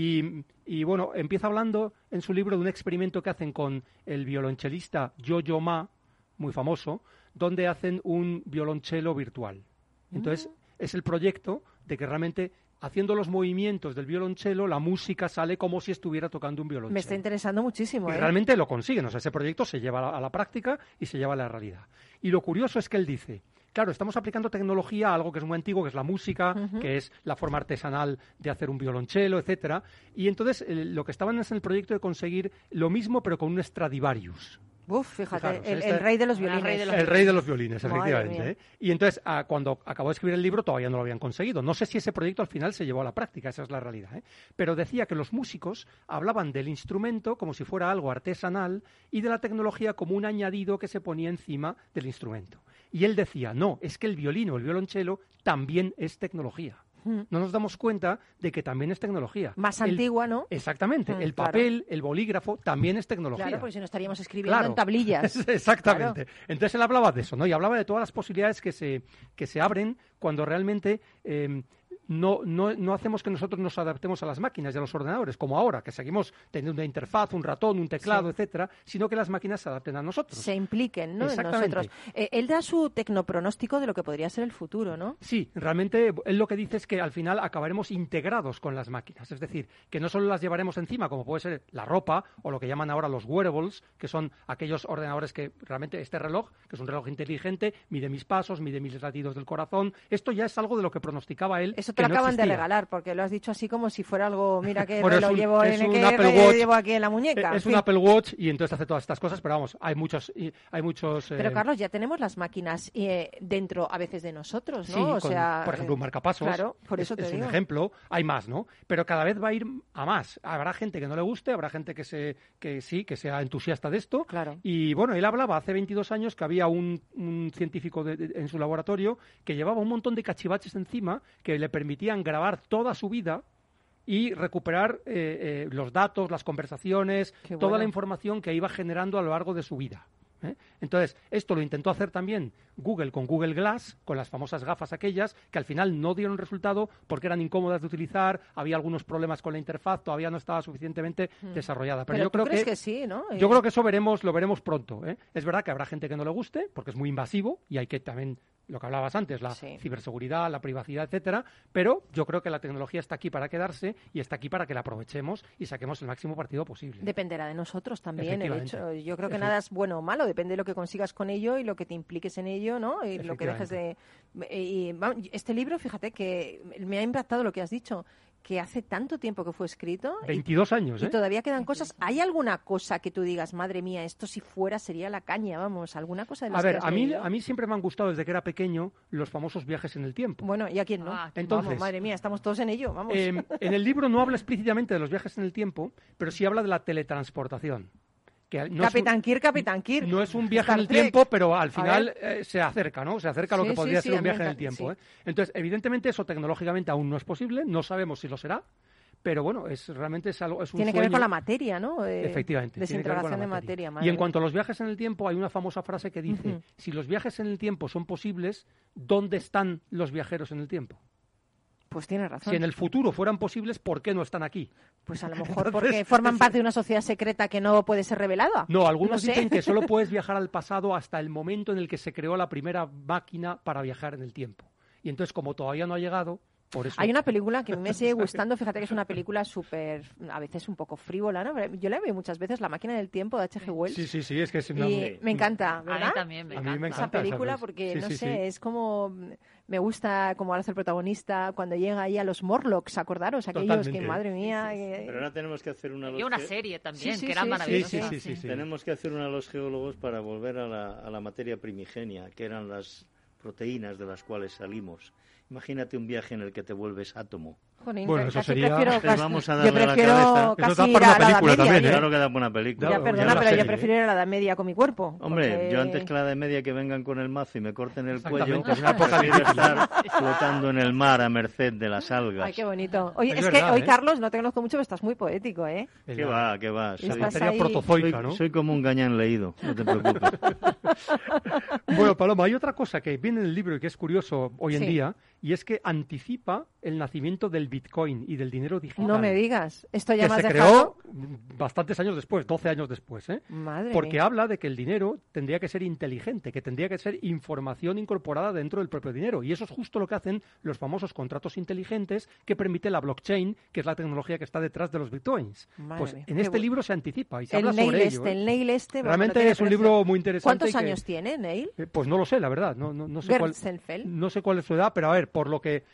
y bueno, empieza hablando en su libro de un experimento que hacen con el violonchelista Yo-Yo Ma, muy famoso, donde hacen un violonchelo virtual. Entonces, es el proyecto de que realmente, haciendo los movimientos del violonchelo, la música sale como si estuviera tocando un violonchelo.
Me está interesando muchísimo.
Y realmente lo consiguen. O sea, ese proyecto se lleva a la práctica y se lleva a la realidad. Y lo curioso es que él dice, claro, estamos aplicando tecnología a algo que es muy antiguo, que es la música, que es la forma artesanal de hacer un violonchelo, etcétera. Y entonces lo que estaban es en el proyecto de conseguir lo mismo, pero con un Stradivarius.
Uf, fíjate,
Fijaros,
el rey de los violines.
El rey de los violines, efectivamente. Y entonces, cuando acabó de escribir el libro, todavía no lo habían conseguido. No sé si ese proyecto al final se llevó a la práctica, esa es la realidad. Pero decía que los músicos hablaban del instrumento como si fuera algo artesanal y de la tecnología como un añadido que se ponía encima del instrumento. Y él decía, no, es que el violín o el violonchelo también es tecnología. No nos damos cuenta de que también es tecnología.
Más antigua, ¿no?
Exactamente. El papel, el bolígrafo, también es tecnología.
Claro, porque si no estaríamos escribiendo en tablillas.
Exactamente.
Claro.
Entonces él hablaba de eso, ¿no? Y hablaba de todas las posibilidades que se abren cuando realmente no hacemos que nosotros nos adaptemos a las máquinas y a los ordenadores, como ahora, que seguimos teniendo una interfaz, un ratón, un teclado, etcétera, sino que las máquinas se adapten a nosotros.
Se impliquen, ¿no? En nosotros. Él da su tecnopronóstico de lo que podría ser el futuro, ¿no?
Sí, realmente él lo que dice es que al final acabaremos integrados con las máquinas, es decir, que no solo las llevaremos encima, como puede ser la ropa o lo que llaman ahora los wearables, que son aquellos ordenadores que realmente este reloj, que es un reloj inteligente, mide mis pasos, mide mis latidos del corazón. Esto ya es algo de lo que pronosticaba él.
Eso te lo acaban de regalar, porque lo has dicho así como si fuera algo, mira que
bueno,
lo llevo llevo aquí en la muñeca.
Es un Apple Watch y entonces hace todas estas cosas, pero vamos, hay muchos.
Pero Carlos, ya tenemos las máquinas dentro a veces de nosotros, ¿no?
Sí,
o sea,
por ejemplo, un marcapasos.
Claro, por eso te digo.
Es un ejemplo. Hay más, ¿no? Pero cada vez va a ir a más. Habrá gente que no le guste, habrá gente que sea entusiasta de esto.
Claro.
Y bueno, él hablaba hace 22 años que había un científico en su laboratorio que llevaba un montón de cachivaches encima que le permitían grabar toda su vida y recuperar los datos, las conversaciones, toda la información que iba generando a lo largo de su vida. Entonces, esto lo intentó hacer también Google con Google Glass, con las famosas gafas aquellas, que al final no dieron resultado porque eran incómodas de utilizar, había algunos problemas con la interfaz, todavía no estaba suficientemente desarrollada. Pero yo creo
que sí, ¿no?
Yo creo que eso lo veremos pronto. Es verdad que habrá gente que no le guste, porque es muy invasivo y hay que también, lo que hablabas antes, la ciberseguridad, la privacidad, etcétera, pero yo creo que la tecnología está aquí para quedarse y está aquí para que la aprovechemos y saquemos el máximo partido posible.
Dependerá de nosotros también, el hecho. Yo creo que nada es bueno o malo, depende de lo que consigas con ello y lo que te impliques en ello, ¿no? Y lo que dejes de... este libro, fíjate que me ha impactado lo que has dicho, que hace tanto tiempo que fue escrito.
22 años,
Y todavía quedan cosas. ¿Hay alguna cosa que tú digas, madre mía, esto si fuera sería la caña, vamos, alguna cosa de las
A ver,
que has
a
leído?
mí siempre me han gustado desde que era pequeño los famosos viajes en el tiempo.
Bueno, ¿y a quién no?
Entonces,
vamos, madre mía, estamos todos en ello, vamos.
En el libro no habla explícitamente de los viajes en el tiempo, pero sí habla de la teletransportación. Que no
Capitán Kirk.
No es un viaje
Star
en el
Trek.
tiempo, pero al
A
final se acerca, ¿no? Se acerca a lo
Sí,
que podría
sí,
ser
sí,
un viaje
a
en
mí
el tiempo.
sí.
¿eh? Entonces, evidentemente, eso tecnológicamente aún no es posible, no sabemos si lo será, pero bueno, realmente es algo, es un
Tiene que ver
sueño.
con la materia, ¿no?
Efectivamente. tiene que ver con
Desintegración
la
de materia.
Y en cuanto a los viajes en el tiempo, hay una famosa frase que dice,
Ujú.
si los viajes en el tiempo son posibles, ¿dónde están los viajeros en el tiempo?
Pues tiene razón.
Si en el futuro fueran posibles, ¿por qué no están aquí?
Pues a lo mejor porque forman parte de una sociedad secreta que no puede ser revelada.
No, algunos
sé.
dicen que solo puedes viajar al pasado hasta el momento en el que se creó la primera máquina para viajar en el tiempo. Y entonces, como todavía no ha llegado, por eso...
Hay una película que me sigue gustando, fíjate que es una película súper, a veces un poco frívola, ¿no? Pero yo la veo muchas veces, La máquina del tiempo de H.G. Wells.
Sí, es que es una...
Y me encanta, ¿verdad?
A mí también me encanta.
Esa película porque, no sé, es como... Me gusta como ahora hace el protagonista cuando llega ahí a los Morlocks, acordaros, aquellos
Totalmente.
que, madre mía...
Pero ahora tenemos que hacer una...
Y una serie también,
Sí,
que era maravillosa.
Sí.
Tenemos que hacer una a los geólogos para volver a la materia primigenia, que eran las proteínas de las cuales salimos. Imagínate un viaje en el que te vuelves átomo.
Jolín,
Bueno, eso
casi
sería...
prefiero
Les vamos a darle
yo
a la
prefiero
cabeza.
casi
Eso da
ir
para
a
una
la Edad
película
Media.
también, ¿eh?
Claro que da buena película.
Ya,
Ya,
perdona,
ya la
pero yo
serie,
prefiero ir a la Edad Media con mi cuerpo.
Hombre,
porque-
yo antes que la de media que vengan con el mazo y me corten el cuello,
Exactamente, es una época
prefiero
difícil.
estar flotando en el mar a merced de las algas.
Ay, qué bonito. Oye,
Es
es
verdad,
que hoy,
¿eh?
Carlos, no te conozco mucho, pero estás muy poético, ¿eh?
¿Qué va, qué va?
La
Estás
materia
ahí-
protozoica, ¿no?
Soy como un gañán leído, no te preocupes.
Bueno, Paloma, hay otra cosa que viene en el libro y que es curioso hoy en
Sí.
día, y es que anticipa el nacimiento del Bitcoin y del dinero digital.
No me digas. Esto ya
que
me has
se
dejado...
creó bastantes años después, 12 años después, ¿eh?
Madre
Porque
mía.
habla de que el dinero tendría que ser inteligente, que tendría que ser información incorporada dentro del propio dinero. Y eso es justo lo que hacen los famosos contratos inteligentes que permite la blockchain, que es la tecnología que está detrás de los bitcoins.
Madre
Pues
mía,
en
qué
este
bu-
libro se anticipa y se
El
habla
Neil
sobre
este,
ello. ¿eh?
el Neil este... bueno,
Realmente
tiene
es un
precio.
libro muy interesante.
¿Cuántos
y que-
años tiene, Neil?
Pues no lo sé, la verdad. No sé cuál.
Gerstenfeld.
No sé cuál es su edad, pero a ver, por lo que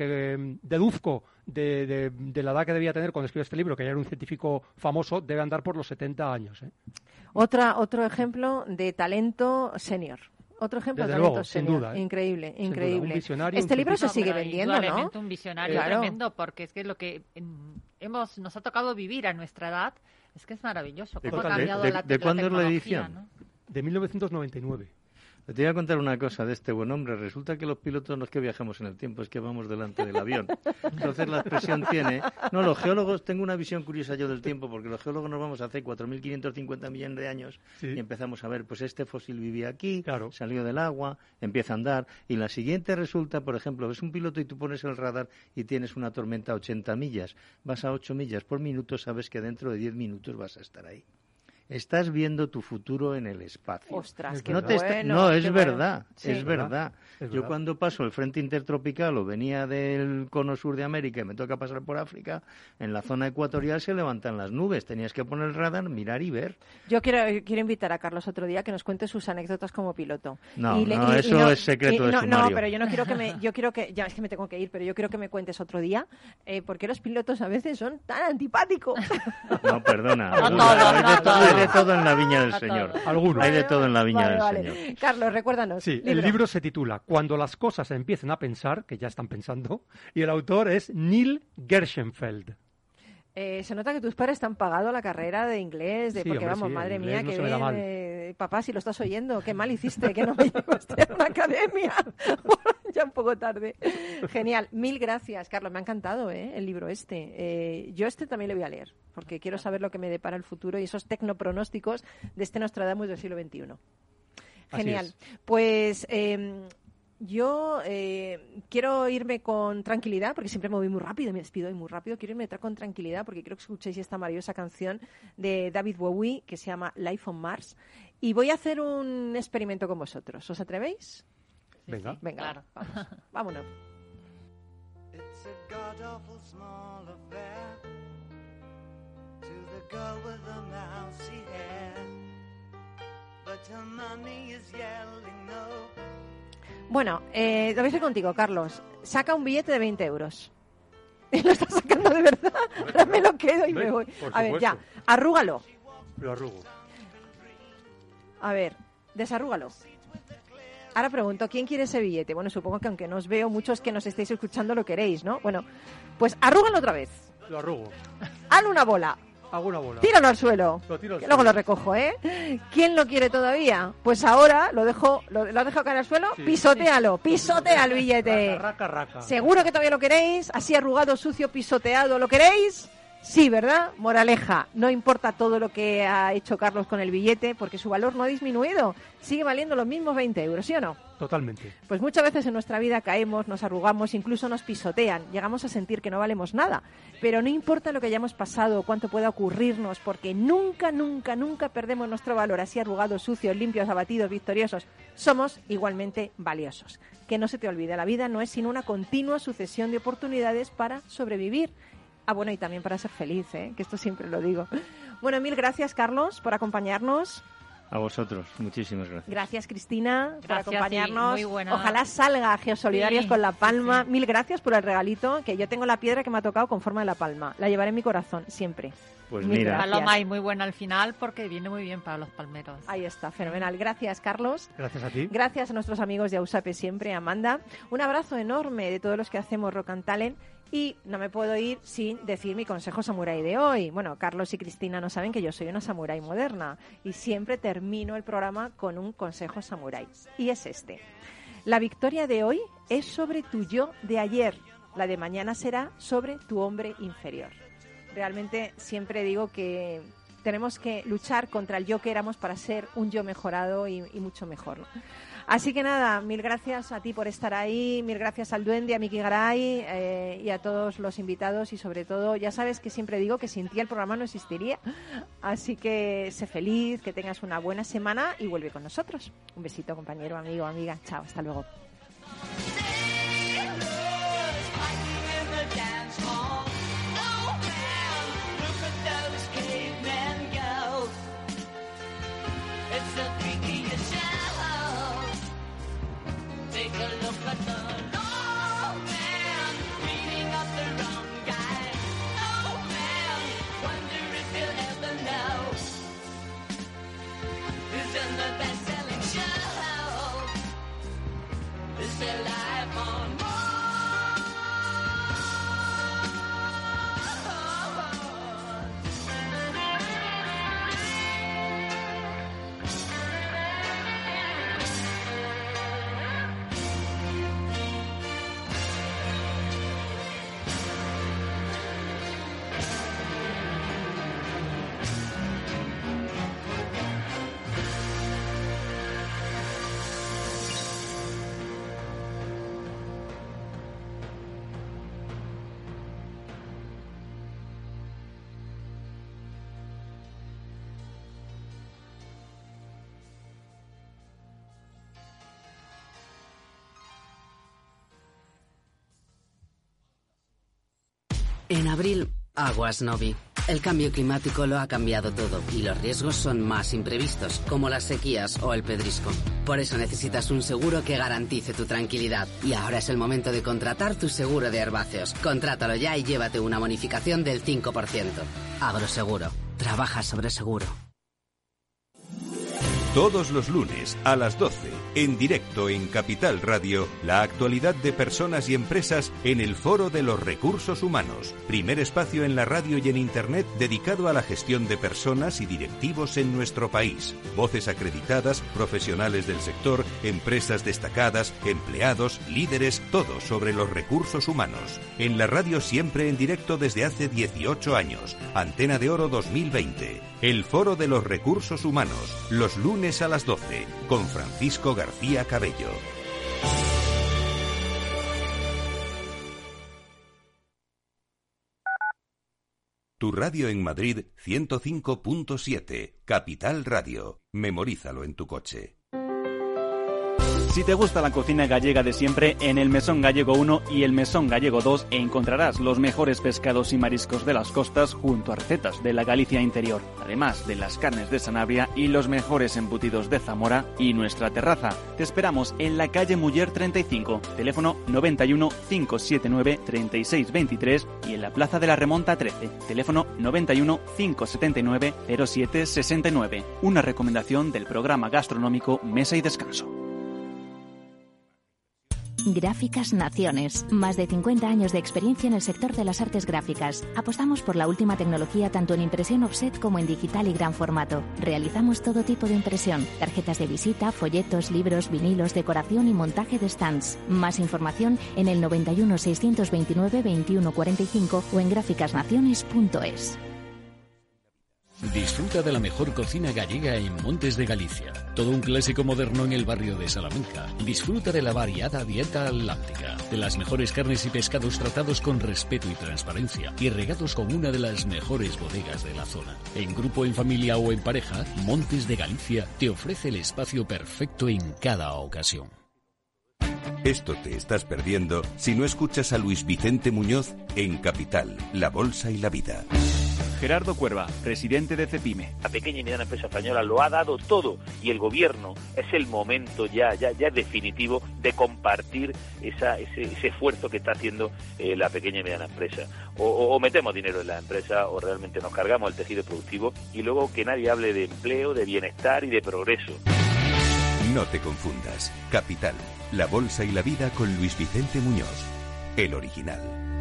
deduzco de la edad que debía tener cuando escribió este libro, que ya era un científico famoso, debe andar por los 70 años. ¿eh?
Otro ejemplo de talento senior. Otro ejemplo
Desde
de talento
luego, sin
senior.
duda, ¿eh?
Increíble,
Sin duda,
increíble.
un visionario,
Este
un
libro se
científico.
sigue
Pero
vendiendo,
indudablemente
¿no?
un visionario
Claro.
tremendo, porque es que lo que nos ha tocado vivir a nuestra edad es que es maravilloso. Cómo ha cambiado la
¿De cuándo es la
tecnología,
edición?
¿no?
De 1999.
Te voy a contar una cosa de este buen hombre. Resulta que los pilotos no es que viajamos en el tiempo, es que vamos delante del avión. Entonces la expresión tiene... No, los geólogos, tengo una visión curiosa yo del tiempo, porque los geólogos nos vamos hace 4.550 millones de años
Sí.
y empezamos a ver, pues este fósil vivía aquí,
Claro.
salió del agua, empieza a andar, y la siguiente resulta, por ejemplo, ves un piloto y tú pones el radar y tienes una tormenta a 80 millas, vas a 8 millas por minuto, sabes que dentro de 10 minutos vas a estar ahí. Estás viendo tu futuro en el espacio.
Ostras, qué
No,
bueno.
no, es
qué
verdad,
bueno. Sí.
es verdad.
Es
Yo
verdad.
cuando paso el frente intertropical o venía del cono sur de América y me toca pasar por África, en la zona ecuatorial se levantan las nubes. Tenías que poner el radar, mirar y ver.
Yo quiero invitar a Carlos otro día que nos cuente sus anécdotas como piloto.
No, eso es secreto de
no,
sumario.
pero yo no quiero ya es que me tengo que ir, pero yo quiero que me cuentes otro día porque los pilotos a veces son tan antipáticos.
No, perdona.
No
Hay
todos.
hay de todo en la viña del
No
Señor.
todos.
Algunos.
Hay de todo en la viña
Vale,
del
vale.
Señor.
Carlos, recuérdanos.
Sí, el libro se titula Cuando las cosas se empiecen a pensar, que ya están pensando, y el autor es Neil Gershenfeld.
Se nota que tus padres te han pagado la carrera de inglés,
Sí,
porque
hombre,
vamos,
sí, el
madre
inglés
mía,
no
que
se me da
bien,
mal.
papá, si lo estás oyendo, qué mal hiciste, que no me llevaste a una academia. Ya un poco tarde. Genial, mil gracias, Carlos, me ha encantado el libro este. Yo este también le voy a leer, porque quiero saber lo que me depara el futuro y esos tecnopronósticos de este Nostradamus del siglo XXI. Genial.
es.
Pues yo quiero irme con tranquilidad, porque siempre me voy muy rápido, me despido muy rápido. Quiero irme con tranquilidad porque quiero que escuchéis esta maravillosa canción de David Bowie que se llama Life on Mars. Y voy a hacer un experimento con vosotros. ¿Os atrevéis?
Venga.
Venga,
Claro.
vamos. Vámonos.
It's a god-awful small affair to the girl with the mousy hair, but her mommy is yelling no.
Bueno, lo voy a hacer contigo, Carlos. Saca un billete de 20 euros. Lo estás sacando de verdad. Ahora me lo quedo y me voy. A ver, ya. Arrúgalo.
Lo arrugo.
A ver, desarrúgalo. Ahora pregunto, ¿quién quiere ese billete? Bueno, supongo que aunque no os veo, muchos que nos estéis escuchando lo queréis, ¿no? Bueno, pues arrúgalo otra vez.
Lo arrugo.
Hazle una bola.
Hago una bola.
Tíralo al suelo.
Lo tiro al
que
suelo.
luego lo recojo, ¿eh? ¿Quién lo quiere todavía? Pues ahora lo has dejado caer al suelo. Sí. Pisotea el billete.
Raca.
Seguro que todavía lo queréis. Así arrugado, sucio, pisoteado. ¿Lo queréis? Sí, ¿verdad? Moraleja, no importa todo lo que ha hecho Carlos con el billete, porque su valor no ha disminuido. Sigue valiendo los mismos 20 euros, ¿sí o no?
Totalmente.
Pues muchas veces en nuestra vida caemos, nos arrugamos, incluso nos pisotean. Llegamos a sentir que no valemos nada. Pero no importa lo que hayamos pasado o cuánto pueda ocurrirnos, porque nunca perdemos nuestro valor así arrugados, sucios, limpios, abatidos, victoriosos. Somos igualmente valiosos. Que no se te olvide, la vida no es sino una continua sucesión de oportunidades para sobrevivir. Ah, bueno, y también para ser feliz, ¿eh? Que esto siempre lo digo. Bueno, mil gracias, Carlos, por acompañarnos.
A vosotros, muchísimas gracias.
Gracias, Cristina, por acompañarnos.
Sí, muy buena.
Ojalá salga Geosolidarios con La Palma.
Sí.
Mil gracias por el regalito, que yo tengo la piedra que me ha tocado con forma de La Palma. La llevaré en mi corazón, siempre.
Pues
Mil
mira.
gracias.
Paloma, y muy buena al final porque viene muy bien para los palmeros.
Ahí está, fenomenal. Gracias, Carlos.
Gracias a ti.
Gracias a nuestros amigos de AUSAPE siempre, Amanda. Un abrazo enorme de todos los que hacemos Rock and Talent. Y no me puedo ir sin decir mi consejo samurái de hoy. Bueno, Carlos y Cristina no saben que yo soy una samurái moderna y siempre termino el programa con un consejo samurái. Y es este. La victoria de hoy es sobre tu yo de ayer. La de mañana será sobre tu hombre inferior. Realmente siempre digo que tenemos que luchar contra el yo que éramos para ser un yo mejorado y mucho mejor, ¿no? Así que nada, mil gracias a ti por estar ahí, mil gracias al Duende, a Miki Garay y a todos los invitados y sobre todo, ya sabes que siempre digo que sin ti el programa no existiría. Así que sé feliz, que tengas una buena semana y vuelve con nosotros. Un besito, compañero, amigo, amiga. Chao, hasta luego.
En abril, aguas Novi. El cambio climático lo ha cambiado todo y los riesgos son más imprevistos, como las sequías o el pedrisco. Por eso necesitas un seguro que garantice tu tranquilidad. Y ahora es el momento de contratar tu seguro de herbáceos. Contrátalo ya y llévate una bonificación del 5%. Agroseguro. Trabaja sobre seguro.
Todos los lunes a las 12, en directo en Capital Radio, la actualidad de personas y empresas en el Foro de los Recursos Humanos. Primer espacio en la radio y en Internet dedicado a la gestión de personas y directivos en nuestro país. Voces acreditadas, profesionales del sector, empresas destacadas, empleados, líderes, todo sobre los recursos humanos. En la radio siempre en directo desde hace 18 años. Antena de Oro 2020. El Foro de los Recursos Humanos. Los lunes a las 12, con Francisco García Cabello. Tu radio en Madrid 105.7, Capital Radio. Memorízalo en tu coche.
Si te gusta la cocina gallega de siempre, en el Mesón Gallego 1 y el Mesón Gallego 2 encontrarás los mejores pescados y mariscos de las costas junto a recetas de la Galicia interior, además de las carnes de Sanabria y los mejores embutidos de Zamora y nuestra terraza. Te esperamos en la calle Muller 35, teléfono 91 579 3623 y en la Plaza de la Remonta 13, teléfono 91 579 0769. Una recomendación del programa gastronómico Mesa y Descanso.
Gráficas Naciones. Más de 50 años de experiencia en el sector de las artes gráficas. Apostamos por la última tecnología tanto en impresión offset como en digital y gran formato. Realizamos todo tipo de impresión. Tarjetas de visita, folletos, libros, vinilos, decoración y montaje de stands. Más información en el 91 629 2145 o en gráficasnaciones.es.
Disfruta de la mejor cocina gallega en Montes de Galicia. Todo un clásico moderno en el barrio de Salamanca. Disfruta de la variada dieta atlántica, de las mejores carnes y pescados tratados con respeto y transparencia y regados con una de las mejores bodegas de la zona. En grupo, en familia o en pareja, Montes de Galicia te ofrece el espacio perfecto en cada ocasión.
Esto te estás perdiendo si no escuchas a Luis Vicente Muñoz en Capital, La Bolsa y la Vida.
Gerardo Cuerva, presidente de Cepime.
La pequeña y mediana empresa española lo ha dado todo y el gobierno es el momento ya definitivo de compartir ese esfuerzo que está haciendo la pequeña y mediana empresa. O metemos dinero en la empresa o realmente nos cargamos el tejido productivo y luego que nadie hable de empleo, de bienestar y de progreso.
No te confundas. Capital, La Bolsa y la Vida con Luis Vicente Muñoz, el original.